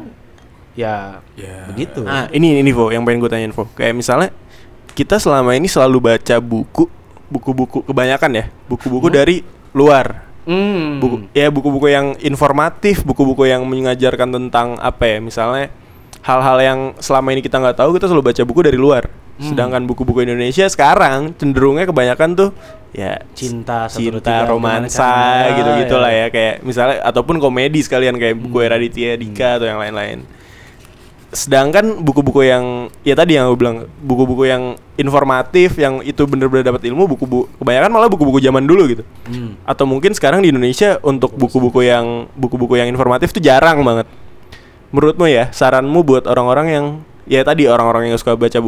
ya begitu. Ini Vo, yang pengen gue tanyain Vo. Kayak misalnya kita selama ini selalu baca buku-buku kebanyakan ya, buku-buku dari luar. Buku-buku yang informatif, buku-buku yang mengajarkan tentang apa ya, misalnya hal-hal yang selama ini kita nggak tahu, kita selalu baca buku dari luar. Sedangkan buku-buku Indonesia sekarang cenderungnya kebanyakan tuh ya cinta, romansa gitu-gitu lah ya, kayak misalnya ataupun komedi sekalian kayak buku Raditya Dika atau yang lain-lain. Sedangkan buku-buku yang ya tadi yang gue bilang, buku-buku yang informatif yang itu bener-bener dapat ilmu, kebanyakan malah buku-buku zaman dulu gitu. Atau mungkin sekarang di Indonesia untuk buku-buku yang informatif tuh jarang banget. Menurutmu ya, saranmu buat orang-orang yang ya tadi orang-orang yang suka baca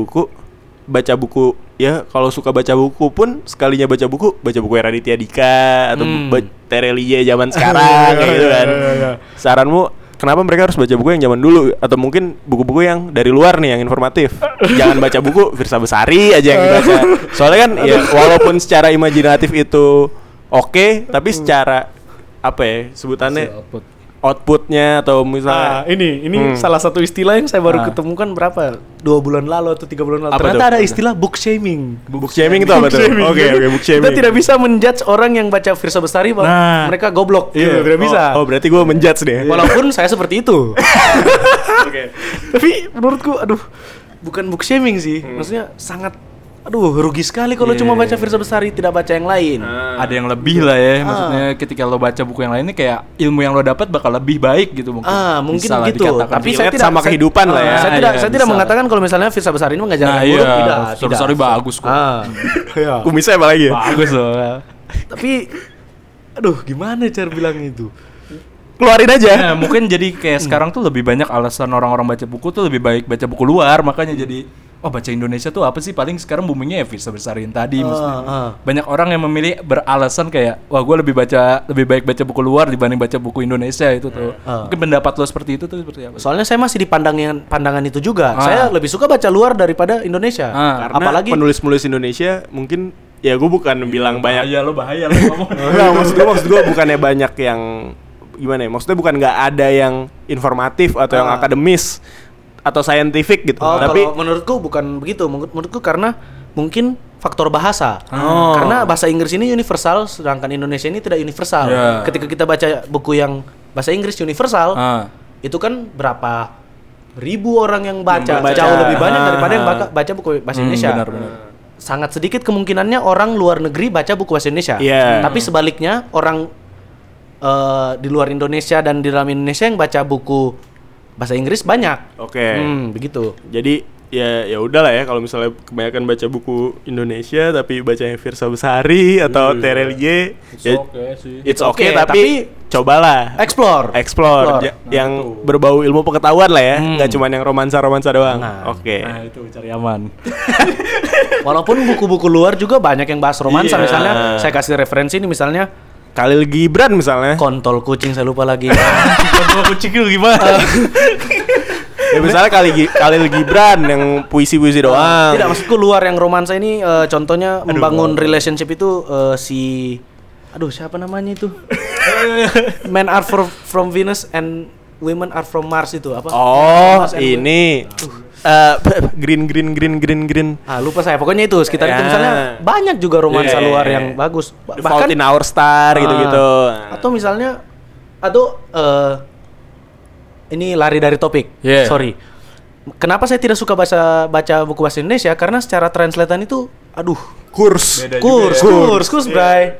buku ya, kalau suka baca buku pun sekalinya baca buku Raditya Dika atau Terelie zaman sekarang kayak gitu kan. Saranmu kenapa mereka harus baca buku yang zaman dulu atau mungkin buku-buku yang dari luar nih yang informatif? Jangan baca buku Firsa Besari aja yang dibaca. Soalnya kan ya walaupun secara imajinatif itu oke, tapi secara apa ya sebutannya outputnya atau misalnya ini salah satu istilah yang saya baru ketemukan berapa 2 bulan lalu atau 3 bulan lalu. Ternyata ada istilah book shaming. Book shaming itu apa tuh? Oke, book shaming. Kita tidak bisa menjudge orang yang baca Firsa Besari bahwa mereka goblok. Gitu, tidak bisa. Berarti gue menjudge deh. Walaupun saya seperti itu. Tapi menurutku aduh, bukan book shaming sih. Maksudnya sangat aduh rugi sekali kalau cuma baca Firsa Besari tidak baca yang lain. Ada yang lebih lah ya, maksudnya ketika lo baca buku yang lain ini kayak ilmu yang lo dapat bakal lebih baik gitu mungkin. Mungkin Bisa lah gitu. dikatakan. Tapi saya Relate tidak sama kehidupan lah ya. Saya tidak mengatakan kalau misalnya Firsa Besari ini mengajarkan buruk, tidak. Firsa Besari bagus kok. Iya. Kumisnya apa lagi ya? Bagus loh. Tapi aduh gimana cara bilang itu? Keluarin aja. Nah, mungkin jadi kayak sekarang tuh lebih banyak alasan orang-orang baca buku tuh lebih baik baca buku luar, makanya jadi baca Indonesia tuh apa sih, paling sekarang boomingnya ya Firsa Besari yang tadi maksudnya. Banyak orang yang memilih beralasan kayak wah gue lebih baik baca buku luar dibanding baca buku Indonesia itu tuh. Mungkin pendapat lo seperti itu tuh seperti apa? Soalnya saya masih di pandangan itu juga. Saya lebih suka baca luar daripada Indonesia. Karena apalagi penulis-penulis Indonesia mungkin ya gue bukan bilang banyak. Bahaya lo ngomong. Enggak, maksud gue bukannya banyak yang gimana ya? Maksudnya bukan nggak ada yang informatif atau yang akademis atau scientific gitu. Tapi kalau menurutku bukan begitu. Menurutku karena mungkin faktor bahasa. Karena bahasa Inggris ini universal, sedangkan Indonesia ini tidak universal. Ketika kita baca buku yang bahasa Inggris universal, itu kan berapa ribu orang yang baca. Jauh lebih banyak daripada yang baca buku bahasa Indonesia. Benar. Sangat sedikit kemungkinannya orang luar negeri baca buku bahasa Indonesia. Tapi sebaliknya orang di luar Indonesia dan di dalam Indonesia yang baca buku bahasa Inggris banyak. Begitu. jadi ya udahlah ya kalau misalnya kebanyakan baca buku Indonesia tapi bacanya Firsa Besari atau Terelie it's okay, tapi cobalah explore yang berbau ilmu pengetahuan lah ya, nggak cuma yang romansa doang. Nah itu cari aman. Walaupun buku-buku luar juga banyak yang bahas romansa. Misalnya saya kasih referensi ini, misalnya Khalil Gibran misalnya. Kontol kucing saya lupa lagi. Kontol kucing itu gimana? Ya misalnya Khalil Gibran yang puisi-puisi doang. Tidak, maksudku luar yang romansa ini contohnya membangun relationship itu siapa namanya itu? Men are from Venus and women are from Mars itu apa? Ini green. Lupa saya. Pokoknya itu sekitar itu misalnya banyak juga romansa luar yang bagus. The Fault in Our Star gitu-gitu. Atau misalnya ini lari dari topik. Sorry. Kenapa saya tidak suka baca buku bahasa Indonesia? Karena secara translatean itu kurs, bray.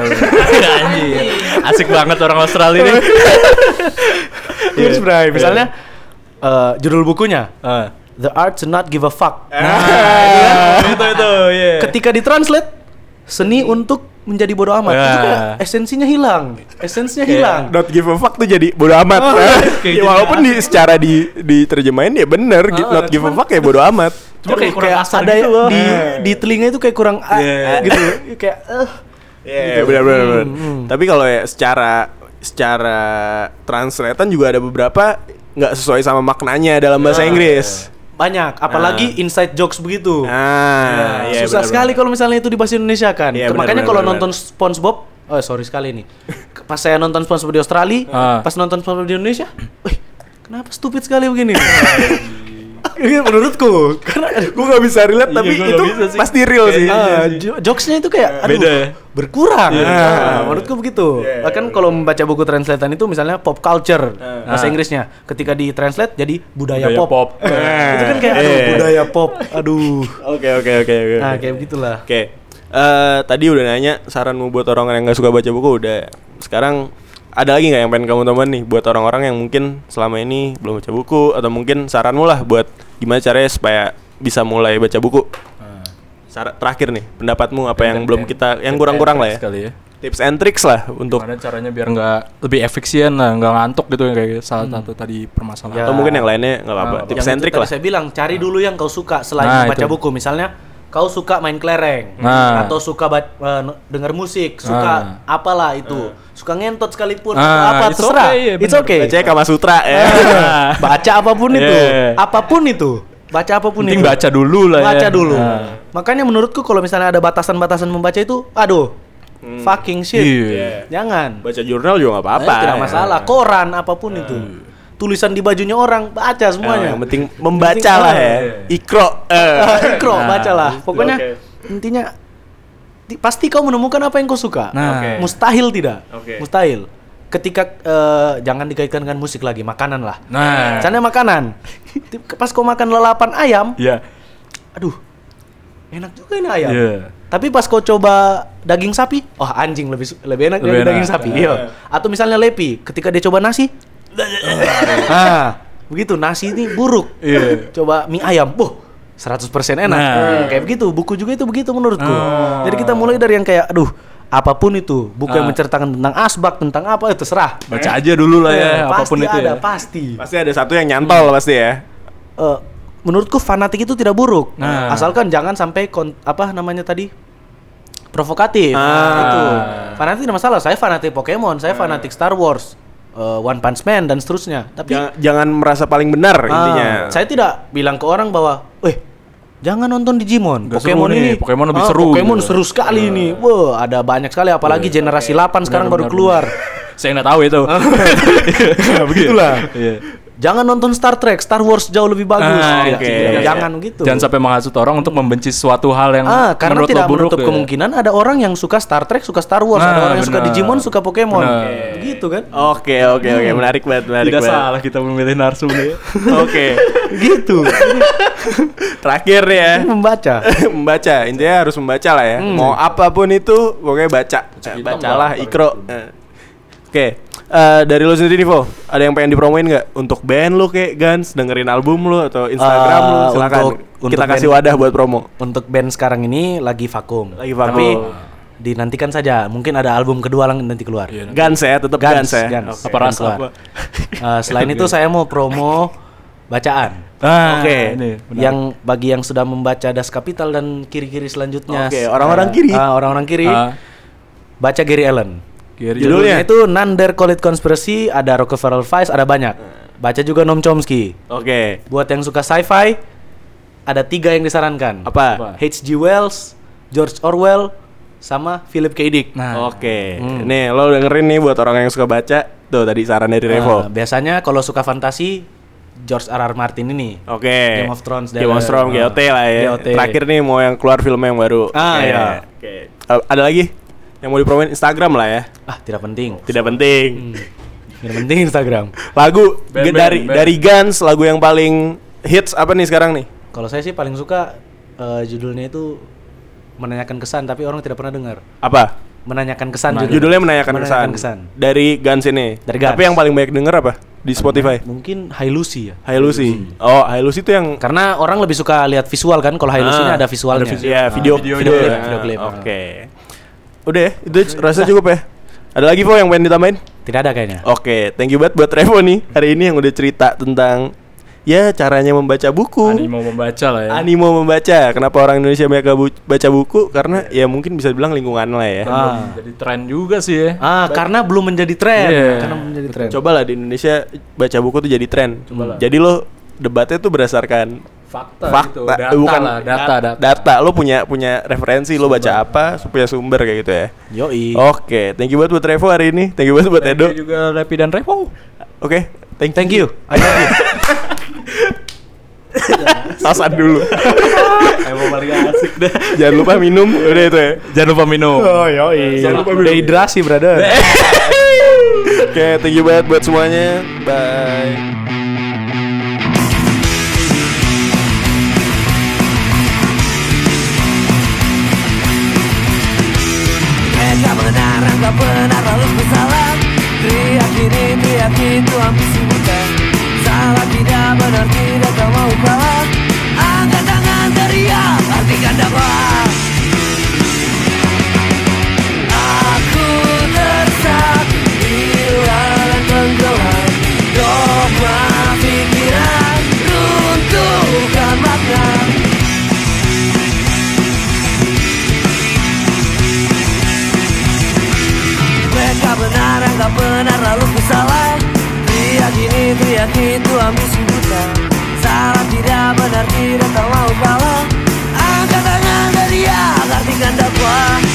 Anjir. Asik banget orang Australia ini. Kurs, bray. Misalnya judul bukunya The Art to Not Give a Fuck. Itu. Ketika ditranslate seni untuk menjadi bodoh amat. Itu kayak esensinya hilang. Not give a fuck tuh jadi bodoh amat. Ya, walaupun secara diterjemahin ya bener, not give a fuck ya bodoh amat. Cuma kayak ada gitu di telinga itu kayak kurang gitu. Kayak gitu. Benar. Tapi kalau ya secara translatean juga ada beberapa nggak sesuai sama maknanya dalam bahasa Inggris. Banyak, apalagi inside jokes begitu. Susah benar, sekali kalau misalnya itu di bahasa Indonesia kan. Makanya kalau nonton SpongeBob, sorry sekali nih. Pas saya nonton SpongeBob di Australia, pas nonton SpongeBob di Indonesia, kenapa stupid sekali begini? Menurutku, karena gue nggak bisa relate tapi itu pasti real sih. Jokesnya itu kayak berkurang. Menurutku begitu. Bahkan kalau membaca buku translatean itu misalnya pop culture bahasa Inggrisnya, ketika di translate jadi budaya pop. Itu kan kayak budaya pop. Oke. Nah kayak begitulah. Oke. Tadi udah nanya saranmu buat orang yang nggak suka baca buku udah. Sekarang ada lagi nggak yang pengen kamu teman nih buat orang-orang yang mungkin selama ini belum baca buku, atau mungkin saranmu lah buat gimana caranya supaya bisa mulai baca buku? Terakhir nih, pendapatmu apa yang belum kita, yang kurang-kurang lah ya? Tips and tricks lah untuk gimana caranya biar nggak lebih efisien lah, nggak ngantuk gitu kayak salah satu tadi permasalahan. Atau mungkin yang lainnya nggak apa-apa. Tips and trick lah. Saya bilang cari dulu yang kau suka selain baca buku. Misalnya kau suka main kelereng, atau suka dengar musik, suka apalah itu, suka ngentot sekalipun, apa terserah, it's okay. Baca Kama Sutra ya. Baca apapun itu, baca apapun penting itu. Baca dulu lah. Baca dulu. Makanya menurutku kalau misalnya ada batasan-batasan membaca itu, fucking shit. Jangan. Baca jurnal juga nggak apa-apa. Tidak masalah. Koran apapun itu. Tulisan di bajunya orang, baca semuanya. Yang penting membaca lah ya. Ikro, bacalah. Pokoknya intinya pasti kau menemukan apa yang kau suka. Mustahil tidak. Mustahil. Ketika jangan dikaitkan dengan musik lagi, makanan lah. Misalnya makanan. Pas kau makan lalapan ayam, enak juga ini ayam. Iya. Tapi pas kau coba daging sapi, anjing lebih enak dari daging sapi. Iya. Atau misalnya lepi, ketika dia coba nasi, begitu nasi ini buruk. Iya. Coba mie ayam, 100% enak. Kayak begitu. Buku juga itu begitu menurutku. Jadi kita mulai dari yang kayak, apapun itu, buku yang menceritakan tentang asbak, tentang apa, itu terserah. Baca aja dulu lah ya, apapun itu ya. Pasti. Pasti ada satu yang nyantol pasti ya. Menurutku fanatik itu tidak buruk. Asalkan jangan sampai provokatif. Itu. Fanatik tidak masalah. Saya fanatik Pokemon, saya fanatik Star Wars, One Punch Man dan seterusnya. Tapi jangan merasa paling benar intinya. Saya tidak bilang ke orang bahwa, jangan nonton Digimon. Gak Pokemon seru ini nih, Pokemon lebih seru. Pokemon gitu. seru sekali ini. Wah, ada banyak sekali apalagi generasi 8 sekarang baru keluar. Saya nggak tahu itu. Begitulah. Iya. Jangan nonton Star Trek, Star Wars jauh lebih bagus. Jangan gitu. Jangan sampai menghasut orang untuk membenci suatu hal yang karena menurut tidak lo buruk. menutup kemungkinan ada orang yang suka Star Trek, suka Star Wars, ada orang yang suka Digimon, suka Pokemon. Gitu kan? Oke, menarik banget. Tidak salah kita memilih narsum nih. Oke. Gitu. Terakhir nih ya. Membaca. Intinya harus membaca lah ya. Mau apapun itu pokoknya baca. Bacalah Ikro. Oke. Dari lo sendiri nih, Vo, ada yang pengen dipromoin nggak untuk band lo kayak Guns, dengerin album lo atau Instagram lo, silakan. Kita kasih wadah buat promo. Untuk band sekarang ini lagi vakum. Tapi dinantikan saja, mungkin ada album kedua nanti keluar. Guns ya, tetap Guns ya. Guns. Apa rasa apa? Selain itu saya mau promo bacaan. Oke. Yang bagi yang sudah membaca Das Kapital dan kiri-kiri selanjutnya. Oke, orang-orang kiri. Orang-orang kiri. Baca Gary Allen. Judulnya itu None Dare Call It Conspiracy, ada Rockefeller Files, ada banyak. Baca juga Noam Chomsky. Oke. Buat yang suka sci-fi, ada 3 yang disarankan. Apa? H.G. Wells, George Orwell, sama Philip K. Dick. Oke. Nih, lo dengerin nih buat orang yang suka baca. Tuh tadi saran dari Revo. Biasanya kalau suka fantasi, George R.R. Martin ini. Oke. Game of Thrones, GOT lah ya. GOT. Terakhir nih mau yang keluar film yang baru. Iya. Oke. Ada lagi yang mau dipromoin Instagram lah ya. Tidak penting. Tidak penting. Tidak penting Instagram. Lagu dari Guns, lagu yang paling hits apa nih sekarang nih? Kalau saya sih paling suka judulnya itu Menanyakan Kesan, tapi orang tidak pernah dengar. Apa? Menanyakan Kesan. Judulnya Menanyakan Kesan. Dari Guns ini. Dari Guns. Tapi yang paling banyak denger apa? Di Spotify. Mungkin High Lucy ya. High Lucy. Oh, High Lucy itu yang karena orang lebih suka lihat visual kan. Kalau High Lucy ini ada visualnya. Iya, video klip. Oke. Udah ya, itu rasa cukup ya. Ada lagi Po yang pengen ditambahin? Tidak ada kayaknya. Oke, thank you banget buat Revo nih hari ini yang udah cerita tentang caranya membaca buku. Animo membaca lah ya. Animo membaca. Kenapa orang Indonesia mereka baca buku? Karena ya mungkin bisa dibilang lingkungan lah ya. Jadi tren juga sih ya. Karena belum menjadi tren. Karena belum menjadi tren. Cobalah di Indonesia baca buku tuh jadi tren. Jadi lo debatnya tuh berdasarkan fakta gitu. Data. Lo punya referensi, lo baca apa, punya sumber kayak gitu ya. Yoi. Oke, thank you buat Revo hari ini. Thank you buat Edo. Thank you juga Lepi dan Revo. Oke, thank you. I love you. Sasan dulu. Emang paling asik dah. Jangan lupa minum, udah itu ya. Jangan lupa minum. Oh yoi. Jangan lupa minum. Dehidrasi, brother. Oke, thank you banget buat semuanya. Bye. Tak benar lalu bersalah. Teriak ini, teriak itu, ambisi buta. Salah tidak, benar tidak, kau mau kalah. Angkat tangan, teriak, artikan dakwah. Aku tersesat di jalan tenggelam. Dogma pikiran, runtuhkan makna. Mereka benar, enggak benar, lalu ku salah. Teriak ini, teriak itu, ambisi buta. Salah tidak, benar tidak, kau mau kalah. Angkat tangan, teriak, artikan dakwah.